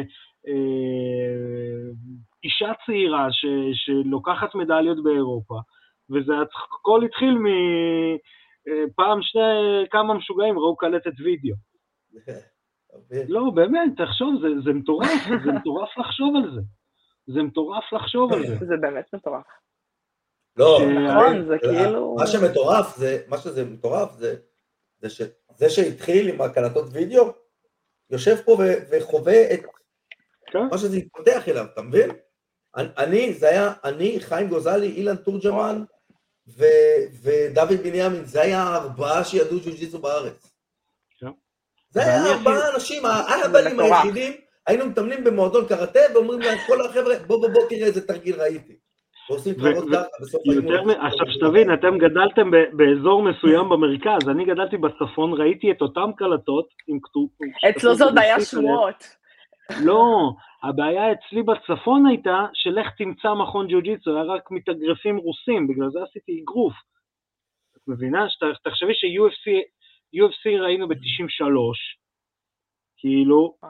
לאישה צעירה שלוקחת מדליות באירופה, וזה הכל התחיל מפעם כמה משוגעים ראו קלטת וידאו. לא, באמת, תחשוב, זה מטורף, זה מטורף לחשוב על זה. זה מטורף לחשוב על זה. זה באמת מטורף. לא, נכון, זה כאילו... מה שזה מטורף זה שהתחיל עם הקלטות וידאו, יושב פה וחווה את מה שזה התפתח אליו, אתה מבין? זה היה אני, חיים גוזלי, אילן תורג'מן ודוד בנימין, זה היה 4 שידעו ג'יוג'יטסו בארץ. זה היה 4 אנשים, האהבלים היחידים, היינו מתאמנים במועדון קראטה, ואומרים להם כל החבר'ה, בוא תראה איזה תרגיל ראיתי. ועושים קרבות ככה בסוף האימון. עכשיו שתבין, אתם גדלתם באזור מסוים במרכז, אני גדלתי בצפון, ראיתי את אותם קלטות עם כתוב... אצלו זאת היה שמועות. לא, הבעיה אצלי בצפון הייתה שלך תמצא מכון ג'יוג'יטסו, היה רק מתאגרפים רוסים, בגלל זה עשיתי אגרוף. את מבינה? תחשבי ש-UFC ראינו ב-93, כאילו,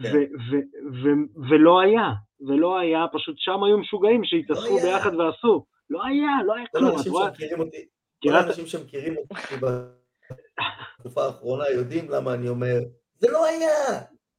ולא היה, פשוט שם היו משוגעים שהתאספו ביחד ועשו. לא היה כלום. כל האנשים שמכירים אותי בתקופה האחרונה יודעים למה אני אומר, זה לא היה.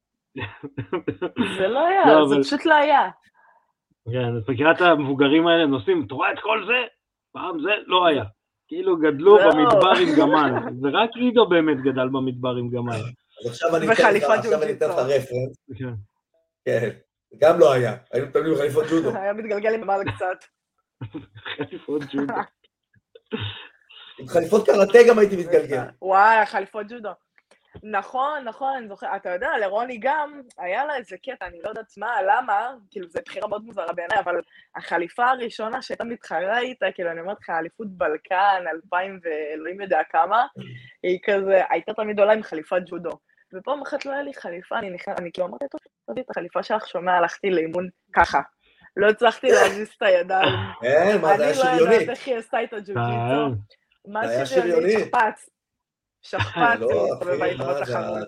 זה לא היה, זה פשוט לא היה. כן, אז מכירה את המבוגרים האלה, הם נוסעים, תראה את כל זה, פעם זה לא היה. כאילו גדלו במדבר עם גמל, ורק עידו באמת גדל במדבר עם גמל. אז עכשיו אני אתן לך רפרנס. כן, גם לא היה, היינו מתאמנים עם חליפות ג'ודו. היה מתגלגל עם גמל קצת. חליפות ג'ודו. עם חליפות קראטה גם הייתי מתגלגל. וואי, חליפות ג'ודו. נכון, זוכר, אתה יודע, לרוני גם, היה לה איזה קטע, אני לא יודעת מה, למה, כאילו, זו בחירה מאוד מוזרה בעיניי, אבל החליפה הראשונה שהייתה מתחרה איתה, כאילו, אני אומרת לך, אליפות בלקן, 2000 ואלוהים יודע כמה, היא כזה, הייתה תמיד עולה עם חליפת ג'ודו, ופעם אחת לא היה לי חליפה, אני כאילו אמרתי, טוב, תראי את החליפה שלך שומע, הלכתי לאימון ככה, לא הצלחתי להזיז את הידיים, מה, זה היה שריוני. אני לא יודעת איך היא עשתה את הג'ו-ג'יטסו, מה שריוני, שכפ"ץ,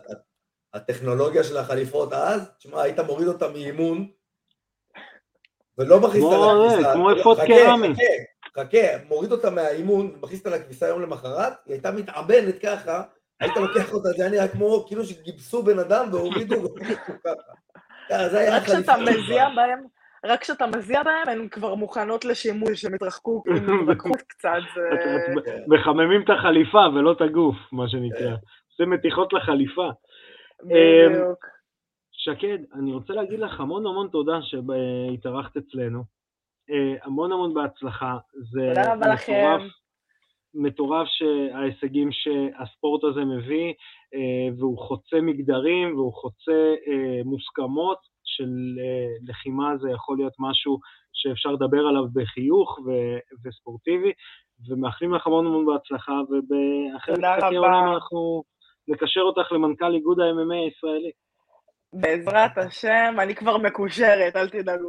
הטכנולוגיה של החליפות אז, תשמע, היית מוריד אותה מאימון, ולא מכניס אותה לכביסה. כמו אפוד קרמי. חכה, מוריד אותה מהאימון, מכניס אותה לכביסה יום למחרת, היא הייתה מתעבנת ככה, היית לוקח אותה, זה היה נראה כמו, כאילו שגיבסו בן אדם והורידו ככה. זה היה רק כשאתה מזיע בהם, הן כבר מוכנות לשימוש, הן מתרקחות קצת. מחממים את החליפה ולא את הגוף, מה שנקרא. זה מתיחות לחליפה. בדיוק. שקד, אני רוצה להגיד לך המון תודה שהתארחת אצלנו. המון בהצלחה. תודה רבה לכם. מטורף שההישגים שהספורט הזה מביא, והוא חוצה מגדרים, והוא חוצה מוסכמות של לחימה. זה יכול להיות משהו שאפשר לדבר עליו בחיוך וספורטיבי, ומאחלים לך המון בהצלחה, ובאחרי משחקי העולם אנחנו נקשר אותך למנכ"ל איגוד ה-MMA הישראלי. בעזרת השם, אני כבר מקושרת, אל תדאגו.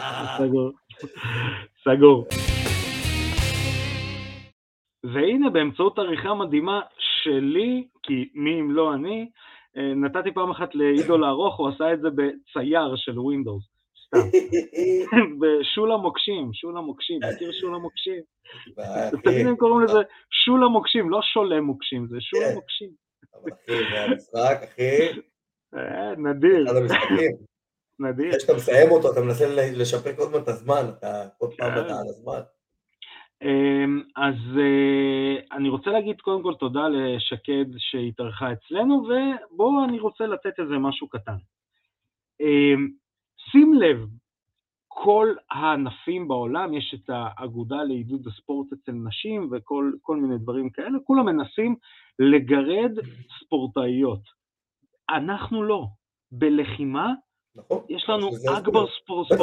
סגור. והנה, באמצעות עריכה מדהימה שלי, כי מי אם לא אני, נתתי פעם אחת לעידו לערוך, הוא עשה את זה בצייר של ווינדוס. סתם. בשולה מוקשים, מכיר שולה מוקשים? תמיד הם קוראים לזה שולה מוקשים, לא שולה מוקשים, זה שולה מוקשים. אבל אחי, זה המשחק, אחי. נדיר. אחד המשחקים. נדיר. כשאתה מסיים אותו, אתה מנסה לשפק עוד מעט הזמן, אתה עוד פעם אתה על הזמן. אז אני רוצה להגיד קודם כל תודה לשקד שהתארחה אצלנו, ובואו אני רוצה לתת איזה משהו קטן. שים לב, כל הענפים בעולם, יש את האגודה לעידוד הספורט אצל נשים וכל מיני דברים כאלה, כולם מנסים לגרד ספורטאיות. אנחנו לא. בלחימה, נכון, יש לנו אגבר ספורטאיות.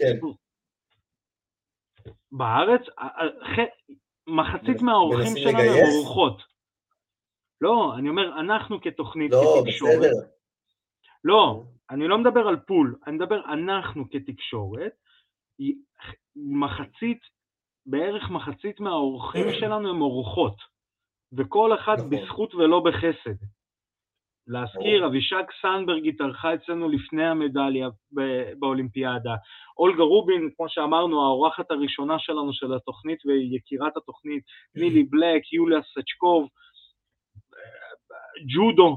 בארץ, מחצית מהאורחים שלנו הם אורחות. לא, אני אומר, אנחנו כתוכנית כתקשורת. לא, אני לא מדבר על פול, אני מדבר אנחנו כתקשורת, בערך מחצית מהאורחים שלנו הם אורחות, וכל אחד בזכות ולא בחסד. להזכיר, אבישג סנברג התארחה אצלנו לפני המדליה באולימפיאדה. אולגה רובין, כמו שאמרנו, האורחת הראשונה שלנו של התוכנית ויקירת התוכנית, נילי בלק, יוליה סצ'קוב, ג'ודו,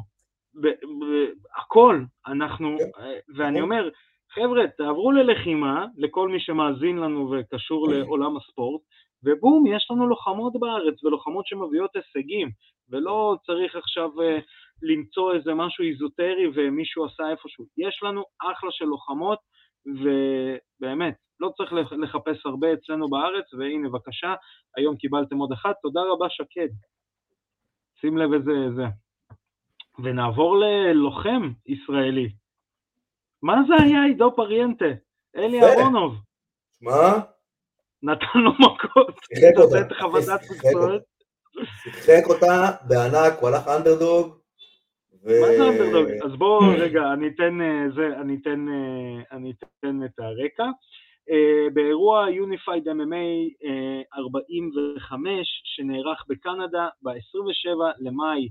הכל אנחנו, ואני אומר, חבר'ה, תעברו ללחימה, לכל מי שמאזין לנו וקשור לעולם הספורט, ובום, יש לנו לוחמות בארץ, ולוחמות שמביאות הישגים, ולא צריך עכשיו למצוא איזה משהו איזוטרי ומישהו עשה איפשהו. יש לנו אחלה של לוחמות, ובאמת, לא צריך לחפש הרבה אצלנו בארץ, והנה בבקשה, היום קיבלתם עוד אחד, תודה רבה שקד. שים לב איזה זה. ונעבור ללוחם ישראלי. מה זה היה עידו פריאנטה? אלי אהרונוב. מה? נתן לו מכות. שיחק אותה בענק, הוא הלך אנדרדוג. מה זה אנדרדוג? אז בואו רגע, אני אתן את הרקע. באירוע Unified MMA 45 שנערך בקנדה ב-27 למאי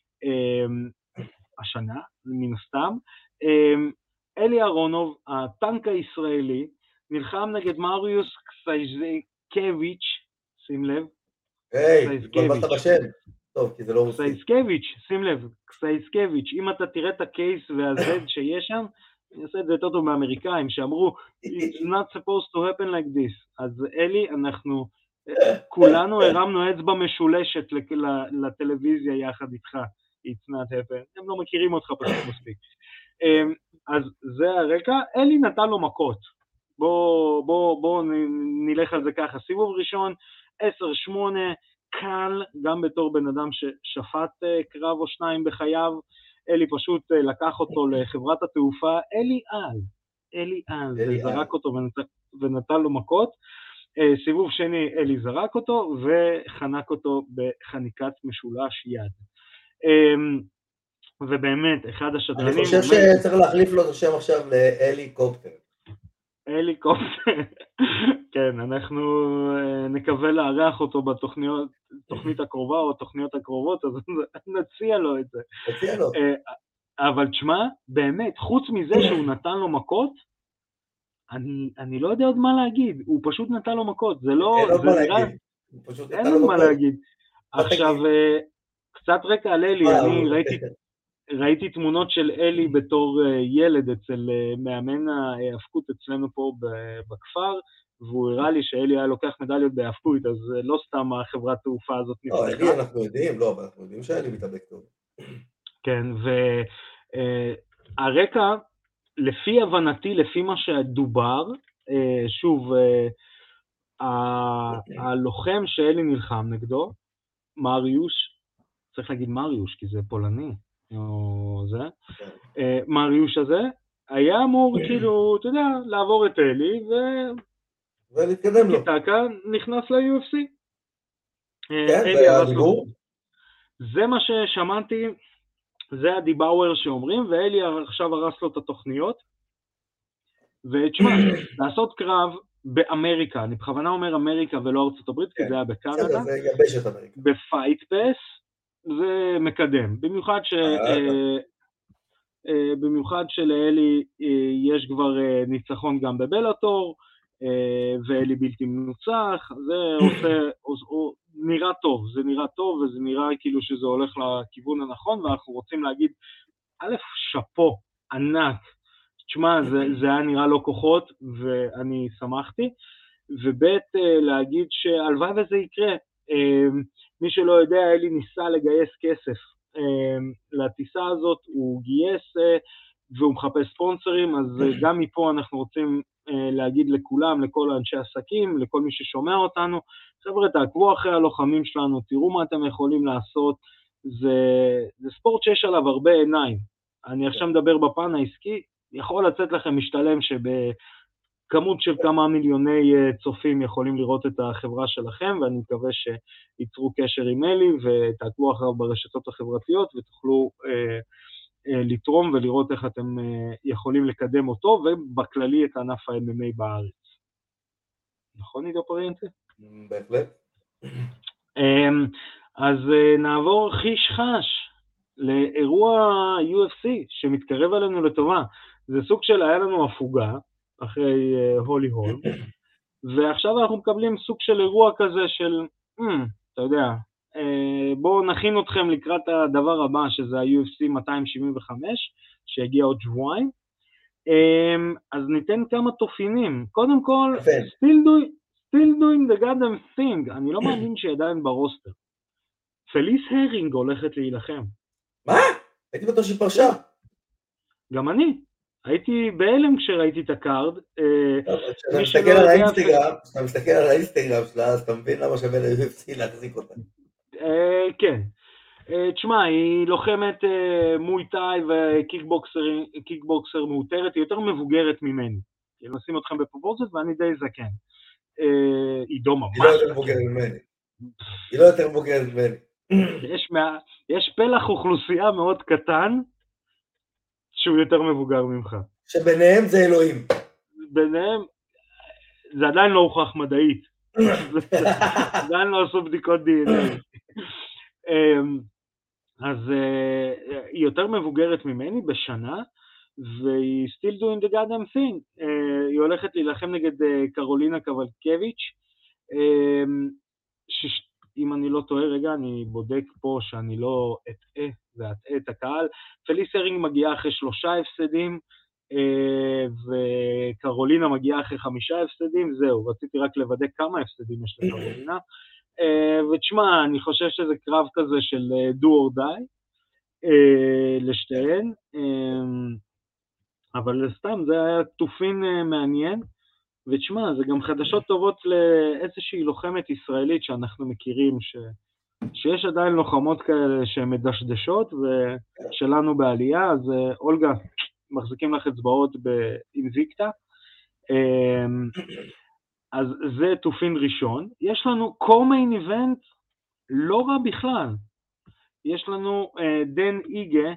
השנה, מן הסתם, אלי אהרונוב, הטנק הישראלי, נלחם נגד מריוס קסייזקביץ', שים לב. היי, התבלבלת בשם. טוב, כי זה לא רוסי. קסייזקביץ', שים לב, קסייזקביץ', אם אתה תראה את הקייס והזד שיש שם, אני אעשה את זה יותר טוב מאמריקאים, שאמרו, it's not supposed to happen like this. אז אלי, אנחנו כולנו הרמנו אצבע משולשת לטלוויזיה יחד איתך. It's not happen. הם לא מכירים אותך פשוט מספיק. אז זה הרקע. אלי נתן לו מכות. בוא נלך על זה ככה. סיבוב ראשון, 10-8, קל, גם בתור בן אדם ששפט קרב או שניים בחייו, אלי פשוט לקח אותו לחברת התעופה, אלי על, וזרק אותו ונתן לו מכות. סיבוב שני, אלי זרק אותו וחנק אותו בחניקת משולש יד. ובאמת, אחד השדרנים... אני חושב שצריך להחליף לו את השם עכשיו לאלי קופטר. אלי קופטר, כן, אנחנו נקווה לארח אותו בתוכנית הקרובה או התוכניות הקרובות, אז נציע לו את זה. נציע לו. אבל תשמע, באמת, חוץ מזה שהוא נתן לו מכות, אני לא יודע עוד מה להגיד, הוא פשוט נתן לו מכות, זה לא, אין לו זה מה נראה, להגיד, הוא פשוט אין נתן עוד לו מה מכות. להגיד. עכשיו, קצת רקע על אלי, אני ראיתי תמונות של אלי בתור ילד אצל מאמן ההאבקות אצלנו פה בכפר, והוא הראה לי שאלי היה לוקח מדליות בהאבקות, אז לא סתם החברת תעופה הזאת לא, נפתחה. אלי אנחנו יודעים, לא, אבל אנחנו יודעים שאלי מתאבק טוב. כן, והרקע, לפי הבנתי, לפי מה שדובר, שוב, הלוחם שאלי נלחם נגדו, מריוש, צריך להגיד מריוש כי זה פולני, או זה, מריוש הזה, היה אמור כאילו, אתה יודע, לעבור את אלי, ולהתקדם לו. וקיטקה נכנס ל-UFC. כן, זה הדיבור? זה מה ששמעתי, זה הדיבאוור שאומרים, ואלי עכשיו הרס לו את התוכניות, ותשמע, לעשות קרב באמריקה, אני בכוונה אומר אמריקה ולא ארצות הברית, כי זה היה בקנדה, זה יבש את אמריקה. בפייט פס, זה מקדם, במיוחד שלאלי יש כבר ניצחון גם בבלאטור, ואלי בלתי מנוצח, זה נראה טוב, זה נראה טוב, וזה נראה כאילו שזה הולך לכיוון הנכון, ואנחנו רוצים להגיד, א', שפו, ענק, תשמע, זה היה נראה לא כוחות, ואני שמחתי, וב' להגיד שהלוואי וזה יקרה, מי שלא יודע, אלי ניסה לגייס כסף לטיסה הזאת, הוא גייס והוא מחפש ספונסרים, אז גם מפה אנחנו רוצים להגיד לכולם, לכל אנשי עסקים, לכל מי ששומע אותנו, חבר'ה, תעקבו אחרי הלוחמים שלנו, תראו מה אתם יכולים לעשות, זה ספורט שיש עליו הרבה עיניים, אני עכשיו מדבר בפן העסקי, יכול לצאת לכם משתלם כמות של כמה מיליוני צופים יכולים לראות את החברה שלכם, ואני מקווה שיצרו קשר עם אלי ותעקבו אחריו ברשתות החברתיות ותוכלו לתרום ולראות איך אתם יכולים לקדם אותו, ובכללי את ענף ה-MMA בארץ. נכון, עידו פריאנטה? בהחלט. אז נעבור חיש חש לאירוע UFC שמתקרב עלינו לטובה. זה סוג של היה לנו הפוגה, אחרי הולי הול, ועכשיו אנחנו מקבלים סוג של אירוע כזה של, אתה יודע, בואו נכין אתכם לקראת הדבר הבא, שזה ה-UFC 275, שהגיע עוד שבועיים, אז ניתן כמה תופינים. קודם כל, still doing the goddamn thing, אני לא מאמין שעדיין ברוסטר. פליס הרינג הולכת להילחם. מה? הייתי בטוח שהיא פרשה. גם אני. הייתי בהלם כשראיתי את הקארד. כשאתה מסתכל על האינסטגרם שלה, אז אתה מבין למה שווה ל-UFC להחזיק אותה. כן. תשמע, היא לוחמת מוי-טאי וקיקבוקסר מאותרת, היא יותר מבוגרת ממני. נשים אתכם בפרופורציות ואני די זקן. עידו ממש. היא לא יותר מבוגרת ממני. היא לא יותר מבוגרת ממני. יש פלח אוכלוסייה מאוד קטן, שהוא יותר מבוגר ממך. שביניהם זה אלוהים. ביניהם, זה עדיין לא הוכח מדעית. עדיין לא עשו בדיקות DNA. אז היא יותר מבוגרת ממני בשנה, והיא still doing the goddamn thing. היא הולכת להילחם נגד קרולינה קבלקביץ', אם אני לא טועה, רגע, אני בודק פה שאני לא אטעה ואטעה את הקהל. פליס הרינג מגיעה אחרי 3 הפסדים, וקרולינה מגיעה אחרי 5 הפסדים, זהו, רציתי רק לוודא כמה הפסדים יש לקרולינה. ותשמע, אני חושב שזה קרב כזה של do or die, לשתיהן, אבל סתם, זה היה תופין מעניין, ותשמע, זה גם חדשות טובות לאיזושהי לוחמת ישראלית שאנחנו מכירים, שיש עדיין לוחמות כאלה שהן מדשדשות, ושלנו בעלייה, אז אולגה, מחזיקים לך אצבעות באינביקטה, אז זה תופין ראשון. יש לנו קומיין איבנט לא רע בכלל, יש לנו דן איגה,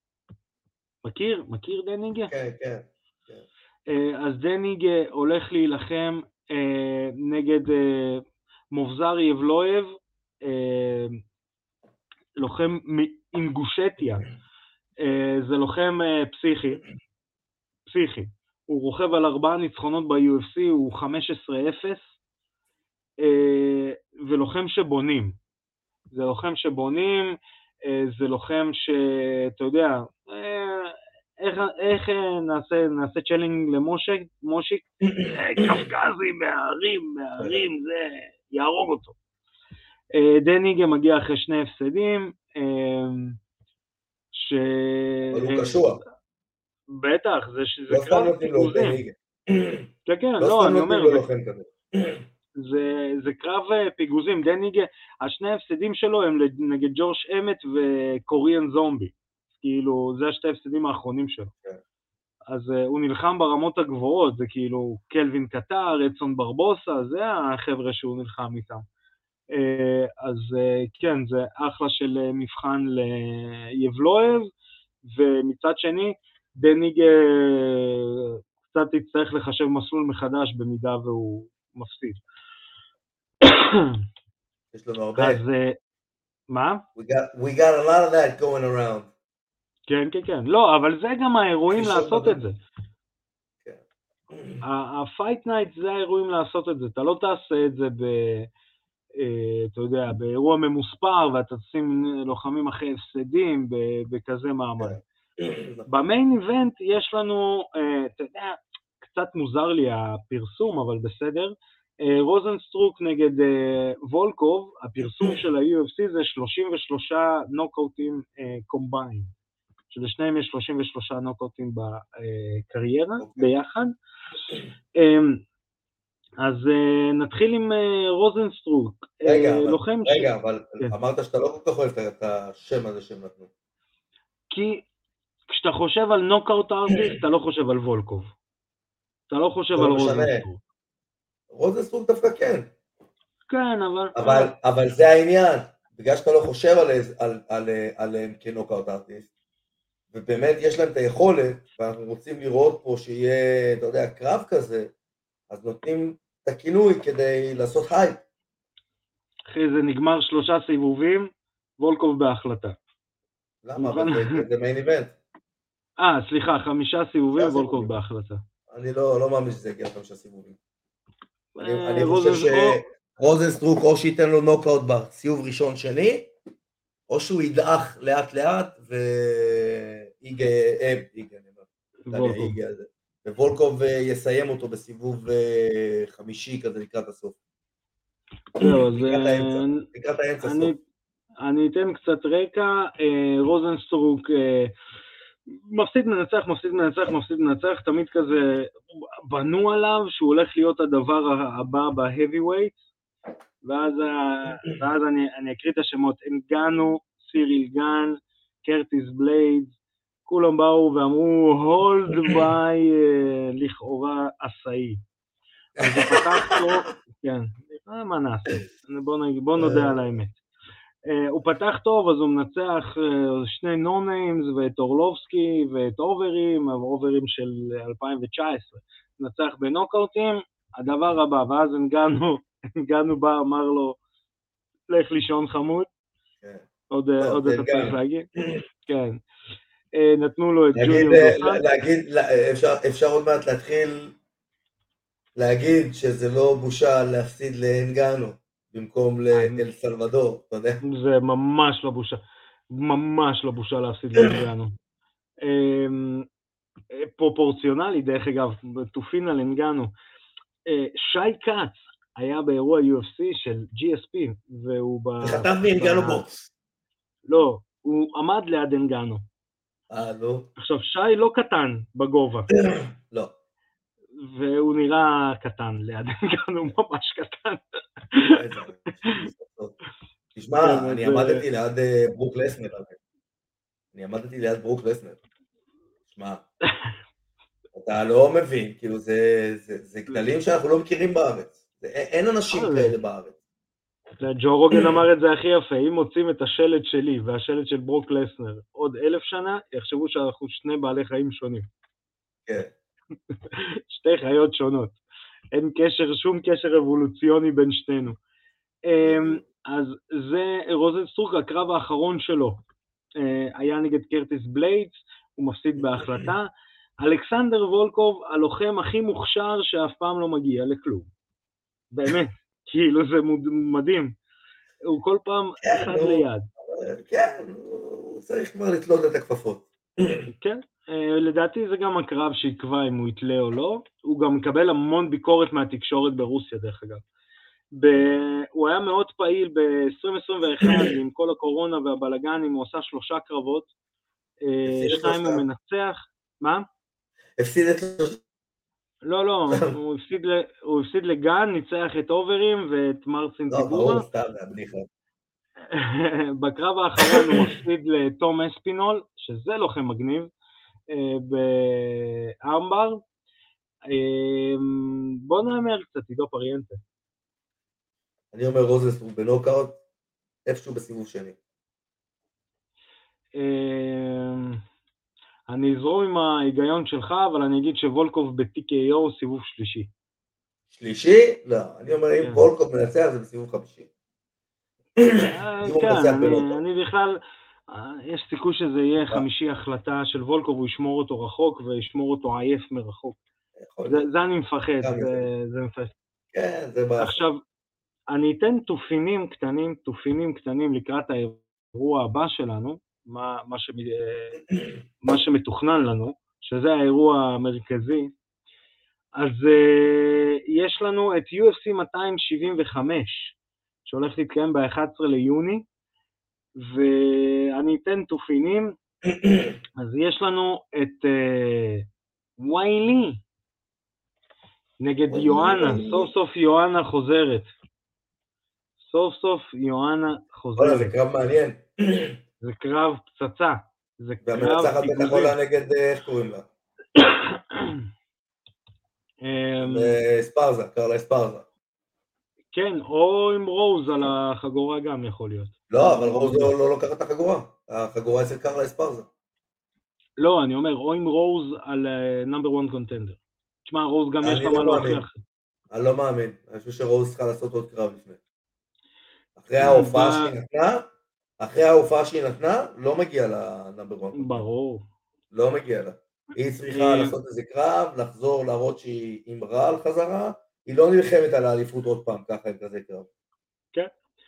מכיר דן איגה? כן, כן. אז דן איגה הולך להילחם נגד מובזר יבלויב, לוחם אינגושטיה, זה לוחם פסיכי, הוא רוכב על 4 ניצחונות ב-UFC, הוא 15-0, ולוחם שבונים. זה לוחם שבונים, זה לוחם שאתה יודע, איך נעשה צ'לינג למושיק, קפקזי מהערים, זה יהרוג אותו. דן איגה מגיע אחרי 2 הפסדים, אבל הוא קשוע. בטח, זה לא קרב סתם נותנים לו דן איגה. כן, לא לא, סתם אני נותנים אומר, לו לוחם כזה. זה קרב פיגוזים. דן איגה, השני ההפסדים שלו הם נגד ג'ורג' אמת וקוריאן זומבי. כאילו, זה השתי ההפסדים האחרונים שלו. אז הוא נלחם ברמות הגבוהות, זה כאילו קלווין קטר, רצון ברבוסה, זה החבר'ה שהוא נלחם איתם. אז כן, זה אחלה של מבחן ליבלואב, ומצד שני, דן איגה קצת יצטרך לחשב מסלול מחדש במידה והוא מפסיד. יש לנו הרבה. אז מה? We got a lot of that going around. כן, כן, כן. לא, אבל זה גם האירועים לעשות את זה. הפייט נייט זה האירועים לעשות את זה. אתה לא תעשה את זה אתה יודע, באירוע ממוספר, ואתה תשים לוחמים אחרי הפסדים בכזה מעמד. במיין איבנט יש לנו, אתה יודע, קצת מוזר לי הפרסום, אבל בסדר, רוזנסטרוק נגד וולקוב, הפרסום של ה-UFC זה 33 נוקאוטים קומביין, שלשניהם יש 33 נוקאוטים בקריירה ביחד. אז נתחיל עם רוזנסטרוק. רגע, אבל אמרת שאתה לא כל כך אוהב את השם הזה שהם נתנו. כי כשאתה חושב על נוקאוט ארטיסט, אתה לא חושב על וולקוב. אתה לא חושב על רוזנסטרוק. רוזנסטרוק דווקא כן. כן, אבל זה העניין. בגלל שאתה לא חושב עליהם כנוקאוט ארטיסט, ובאמת יש להם את היכולת, ואנחנו רוצים לראות פה שיהיה, אתה יודע, קרב כזה, אז נותנים את הכינוי כדי לעשות הייפ. אחרי זה נגמר 3 סיבובים, וולקוב בהחלטה. למה? אבל זה מיין איבנט. סליחה, 5 סיבובים, וולקוב בהחלטה. אני לא מאמין שזה יגיע 5 סיבובים. אני חושב שרוזנסטרוק או שייתן לו נוקאוט בסיבוב ראשון שני, או שהוא ידעך לאט לאט, ווולקוב יסיים אותו בסיבוב חמישי כזה לקראת הסוף. לקראת האמצע סוף. אני אתן קצת רקע, רוזנסטרוק מפסיד מנצח, תמיד כזה בנו עליו שהוא הולך להיות הדבר הבא בהאביווייט, ואז אני אקריא את השמות, אנגאנו, סיריל גן, קרטיס בלייד, כולם באו ואמרו הולד ביי לכאורה עשאי. אז הוא פתח טוב, כן, מה נעשה? בוא נודה על האמת. הוא פתח טוב, אז הוא מנצח 2 נו-ניימס ואת אורלובסקי ואת אוברים של 2019. מנצח בנוקאוטים, הדבר הבא, ואז אנגאנו בא, אמר לו, לך לישון חמוד. עוד אתה צריך להגיד. כן. נתנו לו את ג'וניור דוסן. אפשר עוד מעט להתחיל להגיד שזה לא בושה להפסיד לאנגאנו במקום לאל סלבדור, אתה יודע? זה ממש לא בושה להפסיד לאנגאנו. פרופורציונלי, דרך אגב, תופין על אנגאנו. שי קאץ היה באירוע UFC של GSP, והוא חטף מאנגאנו בוקס. לא, הוא עמד ליד אנגאנו. לא. עכשיו, שי לא קטן בגובה. לא. והוא נראה קטן ליד אנגאנו, ממש קטן. תשמע, אני עמדתי ליד ברוק לסנר. תשמע, אתה לא מבין, כאילו זה גדלים שאנחנו לא מכירים בארץ. אין אנשים כאלה בארץ. ג'ו רוגן אמר את זה הכי יפה, אם מוצאים את השלט שלי והשלט של ברוק לסנר עוד 1000 שנה, יחשבו שאנחנו 2 בעלי חיים שונים. כן. 2 חיות שונות. אין שום קשר אבולוציוני בין שנינו. אז זה רוזנסטרוק, הקרב האחרון שלו היה נגד קרטיס בליידס, הוא מפסיד בהחלטה. אלכסנדר וולקוב, הלוחם הכי מוכשר שאף פעם לא מגיע לכלום. באמת, כאילו זה מדהים. הוא כל פעם אחד ליד. כן, הוא צריך כבר לתלות את הכפפות. כן, לדעתי זה גם הקרב שיקבע אם הוא יתלה או לא. הוא גם מקבל המון ביקורת מהתקשורת ברוסיה, דרך אגב. הוא היה מאוד פעיל ב-2021 עם כל הקורונה והבלגנים, הוא עשה 3 קרבות, 2 הוא מנצח. מה? הפסיד את... לא, הוא הפסיד לגן, ניצח את אוברים ואת מרסין טיבורה. לא, ברור, סתם, הבדיחה. בקרב האחרון הוא הפסיד לתום אספינול, שזה לוחם מגניב, בארמבר. בוא נאמר קצת, עידו פריאנטה. אני אומר רוזנס הוא בנוקאוט, איפשהו בסיבוב שני. אני אזרום עם ההיגיון שלך, אבל אני אגיד שוולקוב ב-TKO סיבוב שלישי. שלישי? לא, אני אומר אם וולקוב מנצח זה בסיבוב חמישי. כן, אני בכלל, יש סיכוי שזה יהיה חמישי החלטה של וולקוב, הוא ישמור אותו רחוק וישמור אותו עייף מרחוק. זה אני מפחד, זה מפחד. כן, זה בעיה. עכשיו, אני אתן תופינים קטנים לקראת האירוע הבא שלנו, מה שמתוכנן לנו, שזה האירוע המרכזי. אז יש לנו את UFC 275, שהולך להתקיים ב-11 ליוני, ואני אתן תופינים. אז יש לנו את ויילי נגד יואנה, סוף סוף יואנה חוזרת. זה קרב מעניין. זה קרב פצצה. והמנצחת את החולה נגד, איך קוראים לה? ספרזה, קרלה ספרזה. כן, או עם רוז על החגורה גם יכול להיות. לא, אבל רוז לא לוקחת את החגורה. החגורה אצל קרלה ספרזה. לא, אני אומר, או עם רוז על נאמבר 1 קונטנדר. תשמע, רוז גם יש לה מה להוכיח. אני לא מאמין. אני חושב שרוז צריכה לעשות עוד קרב לפני. אחרי ההופעה שהיא נתנה, לא מגיע לנאמבר 1. ברור. לא מגיע לה. היא צריכה לעשות איזה קרב, לחזור, להראות שהיא אמרה על חזרה, היא לא נלחמת על האליפות עוד פעם, ככה עם כזה קרב. כן.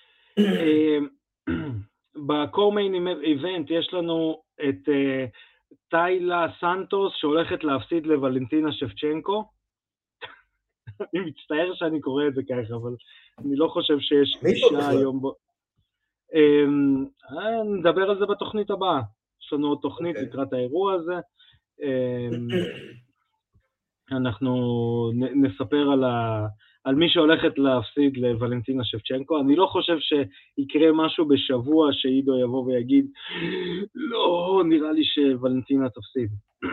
בקורמיין איבנט יש לנו את טיילה סנטוס, שהולכת להפסיד לוולנטינה שבצ'נקו. אני מצטער שאני קורא את זה ככה, אבל אני לא חושב שיש אישה היום בו. נדבר על זה בתוכנית הבאה. יש לנו עוד תוכנית לקראת האירוע הזה. אנחנו נספר על מי שהולכת להפסיד לוולנטינה שבצ'נקו. אני לא חושב שיקרה משהו בשבוע שעידו יבוא ויגיד, לא, נראה לי שוולנטינה תפסיד.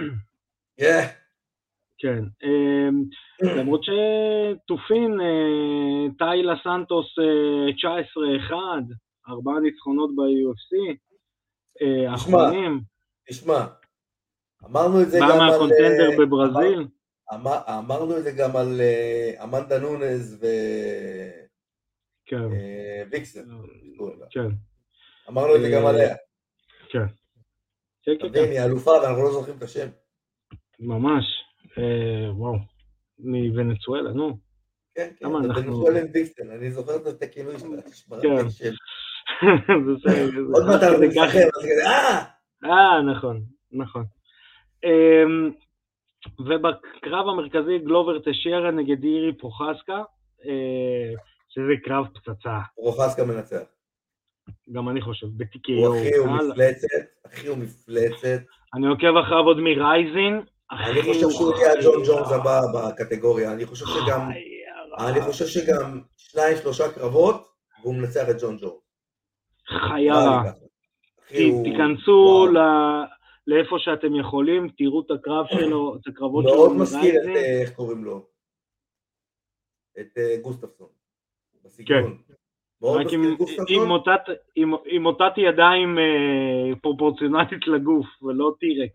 כן. למרות שתופין, טיילה סנטוס 19-1, 4 ניצחונות ב-UFC, האחרונים. תשמע, אמרנו את זה גם על... מהקונטנדר בברזיל. אמרנו את זה גם על אמנדה נונז וויקסן. כן. אמרנו את זה גם עליה. כן. תבין, היא אלופה ואנחנו לא זוכרים את השם. ממש. וואו. מוונצואלה, נו. כן, כן, ונצואלן ויקסן, אני זוכר את הכינוי שלה. כן. עוד מעט אנחנו נזכר, אז כזה, נכון. ובקרב המרכזי גלובר טשיירה נגד אירי פרוחסקה, שזה קרב פצצה. פרוחסקה מנצח. גם אני חושב, ב-TKO. הוא מפלצת. אני עוקב אחריו עוד מרייזין. אני חושב שהוא יהיה ג'ון ג'ונס הבא בקטגוריה. אני חושב שגם 2-3 קרבות, והוא מנצח את ג'ון ג'ונס. חיירה. תיכנסו לאיפה שאתם יכולים, תראו את הקרב שלו, את הקרבות שלו. מאוד מזכיר את, איך קוראים לו? את גוסטפסון. כן. רק עם מוטת ידיים פרופורציונלית לגוף, ולא טירקס.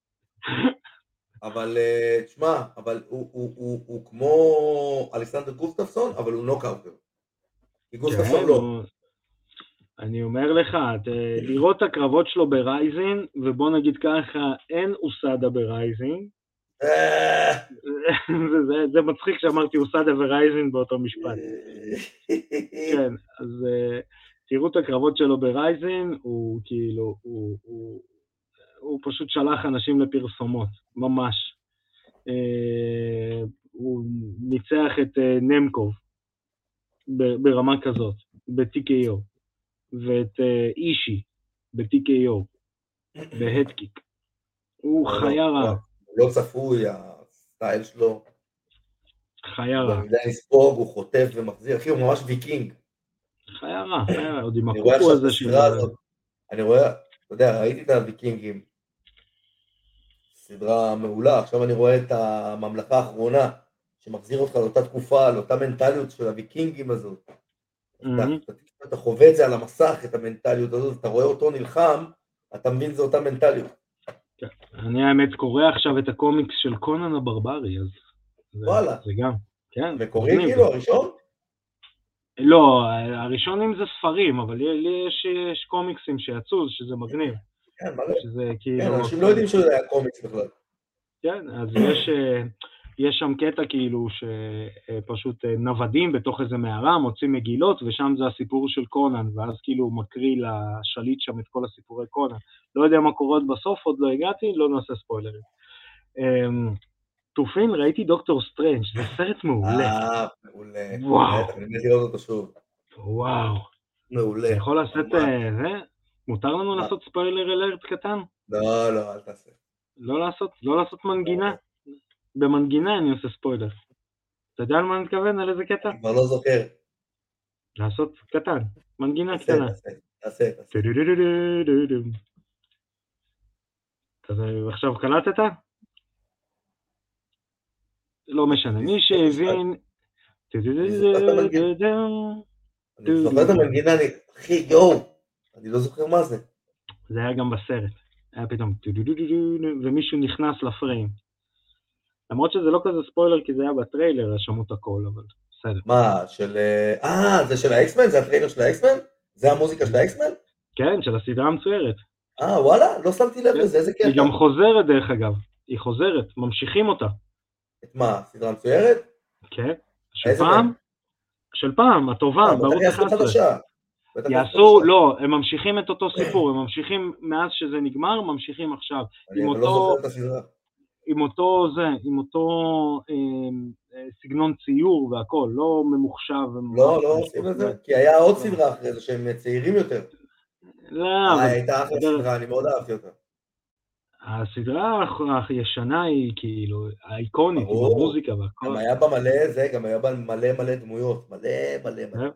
אבל, תשמע, אבל הוא כמו אלכסנדר גוסטפסון, אבל הוא נוקאוטר. כי גוסטפסון לא. אני אומר לך, לראות את הקרבות שלו ברייזין, ובוא נגיד ככה, אין אוסדה ברייזין, זה מצחיק שאמרתי אוסדה ורייזן באותו משפט. כן, אז תראו את הקרבות שלו ברייזן, הוא כאילו, הוא פשוט שלח אנשים לפרסומות, ממש. הוא ניצח את נמקוב ברמה כזאת, ב-TKO, ואת אישי ב-TKO, בהדקיק. הוא חיה רע. לא צפוי, הסטייל שלו. חיה רע. הוא יודע לספוג, הוא חוטף ומחזיר, אחי, הוא ממש ויקינג. חיה רע, עוד עם הקוקו הזה של... אני רואה, אתה יודע, ראיתי את הוויקינגים, סדרה מעולה, עכשיו אני רואה את הממלכה האחרונה, שמחזיר אותך לאותה תקופה, לאותה מנטליות של הוויקינגים הזאת. אתה חווה את זה על המסך, את המנטליות הזאת, אתה רואה אותו נלחם, אתה מבין זה אותה מנטליות. אני האמת קורא עכשיו את הקומיקס של קונן הברברי, אז זה גם, כן. מקורי כאילו, הראשון? לא, הראשונים זה ספרים, אבל לי יש קומיקסים שיצאו, שזה מגניב. כן, מלא. כן, אנשים לא יודעים שזה היה קומיקס בכלל. כן, אז יש שם קטע כאילו שפשוט נוודים בתוך איזה מערה, מוצאים מגילות, ושם זה הסיפור של קונן, ואז כאילו הוא מקריא לשליט שם את כל הסיפורי קונן. לא יודע מה קורה בסוף, עוד לא הגעתי, לא נעשה ספוילרים. תופין, ראיתי דוקטור סטרנג', זה סרט מעולה. מעולה. וואו. אני מנסה לראות אותו שוב. וואו. מעולה. אתה יכול לעשות זה? מותר לנו לעשות ספוילר אלרט קטן? לא, אל תעשה. לא לעשות מנגינה? במנגינה אני עושה ספוילר. אתה יודע על מה אני מתכוון? על איזה קטע? כבר לא זוכר. לעשות קטן, מנגינה קטנה. תעשה. עכשיו קלטת? לא משנה, מי שהבין... אני זוכר את המנגינה, אחי, יואו, אני לא זוכר מה זה. זה היה גם בסרט, היה פתאום ומישהו נכנס לפריים. למרות שזה לא כזה ספוילר, כי זה היה בטריילר, שמעו את הכל, אבל בסדר. מה, זה של האקסמן? זה הטריילר של האקסמן? זה המוזיקה של האקסמן? כן, של הסדרה המצוירת. וואלה, לא שמתי לב לזה, איזה קטע. היא גם חוזרת דרך אגב, היא חוזרת, ממשיכים אותה. את מה, סדרה מצוירת? כן, של פעם, הטובה, בערוץ 11. יעשו, לא, הם ממשיכים את אותו סיפור, הם ממשיכים מאז שזה נגמר, ממשיכים עכשיו. עם אותו סגנון ציור והכל, לא ממוחשב. לא עושים את זה, כי היה עוד סדרה אחרי זה שהם צעירים יותר. לא, הייתה אחרי סדרה, אני מאוד אהבתי אותה. הסדרה הישנה היא כאילו האיקונית, עם המוזיקה והכל. גם היה בה מלא דמויות, מלא.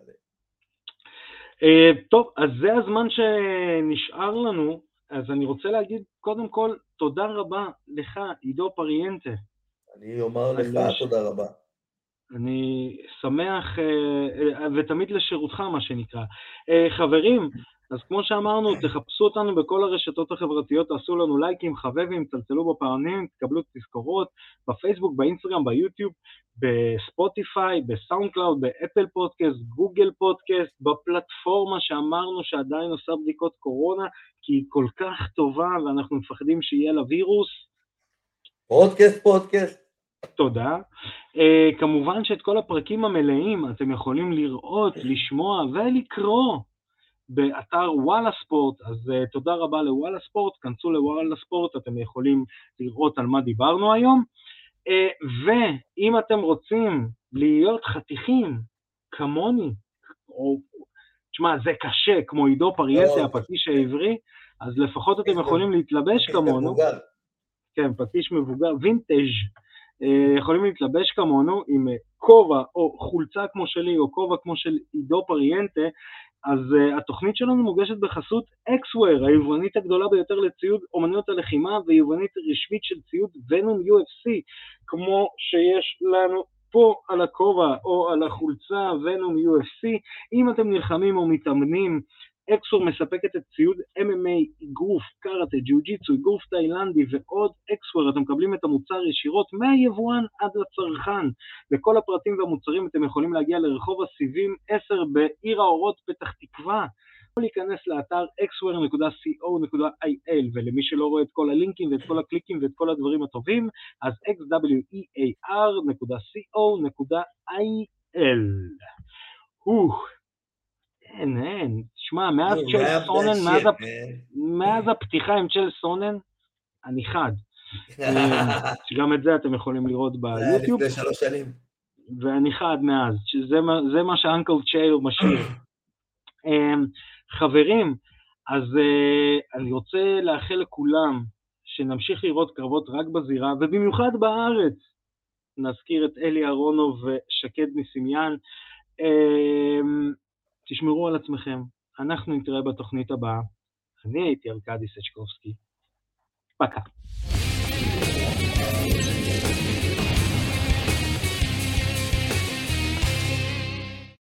טוב, אז זה הזמן שנשאר לנו, אז אני רוצה להגיד קודם כל תודה רבה לך, עידו פריאנטה. אני אומר לך תודה רבה. אני שמח ותמיד לשירותך מה שנקרא. חברים, אז כמו שאמרנו, תחפשו אותנו בכל הרשתות החברתיות, תעשו לנו לייקים, חבבים, צלצלו בפעמים, תקבלו תזכורות, בפייסבוק, באינסטגרם, ביוטיוב, בספוטיפיי, בסאונד קלאוד, באפל פודקאסט, גוגל פודקאסט, בפלטפורמה שאמרנו שעדיין עושה בדיקות קורונה, כי היא כל כך טובה ואנחנו מפחדים שיהיה לה וירוס. פודקאסט. תודה. כמובן שאת כל הפרקים המלאים אתם יכולים לראות, לשמוע ולקרוא באתר וואלה ספורט, אז תודה רבה לוואלה ספורט, כנסו לוואלה ספורט, אתם יכולים לראות על מה דיברנו היום, ואם אתם רוצים להיות חתיכים כמוני, או, תשמע, זה קשה, כמו עידו פריאנטה, הפטיש העברי, אז לפחות אתם יכולים להתלבש כמונו, כן, פטיש מבוגר, וינטג', יכולים להתלבש כמונו עם כובע או חולצה כמו שלי, או כובע כמו של עידו פריאנטה, אז התוכנית שלנו מוגשת בחסות אקסוור, היבואנית הגדולה ביותר לציוד אומנויות הלחימה, ויבואנית רשמית של ציוד ונום UFC, כמו שיש לנו פה על הכובע או על החולצה ונום UFC. אם אתם נלחמים או מתאמנים, אקסוור מספקת את ציוד MMA, אגרוף, קראטה, ג'יוג'יצו, אגרוף תאילנדי ועוד. אקסוור, אתם מקבלים את המוצר ישירות מהיבואן עד לצרכן. לכל הפרטים והמוצרים אתם יכולים להגיע לרחוב הסיבים 10 בעיר האורות פתח תקווה, להיכנס לאתר xware.co.il, ולמי שלא רואה את כל הלינקים ואת כל הקליקים ואת כל הדברים הטובים, אז xwear.co.il. אין, תשמע, מאז צ'ל סונן, מאז הפתיחה עם צ'ל סונן, אני חד. שגם את זה אתם יכולים לראות ביוטיוב. זה היה לפני 3 שנים. ואני חד מאז, שזה מה שאנקל צ'ייל משאיר. חברים, אז אני רוצה לאחל לכולם שנמשיך לראות קרבות רק בזירה, ובמיוחד בארץ. נזכיר את אלי אהרונוב ושקד ניסימיאן. תשמרו על עצמכם, אנחנו נתראה בתוכנית הבאה. אני הייתי ארקדי סצ'קובסקי. פקה.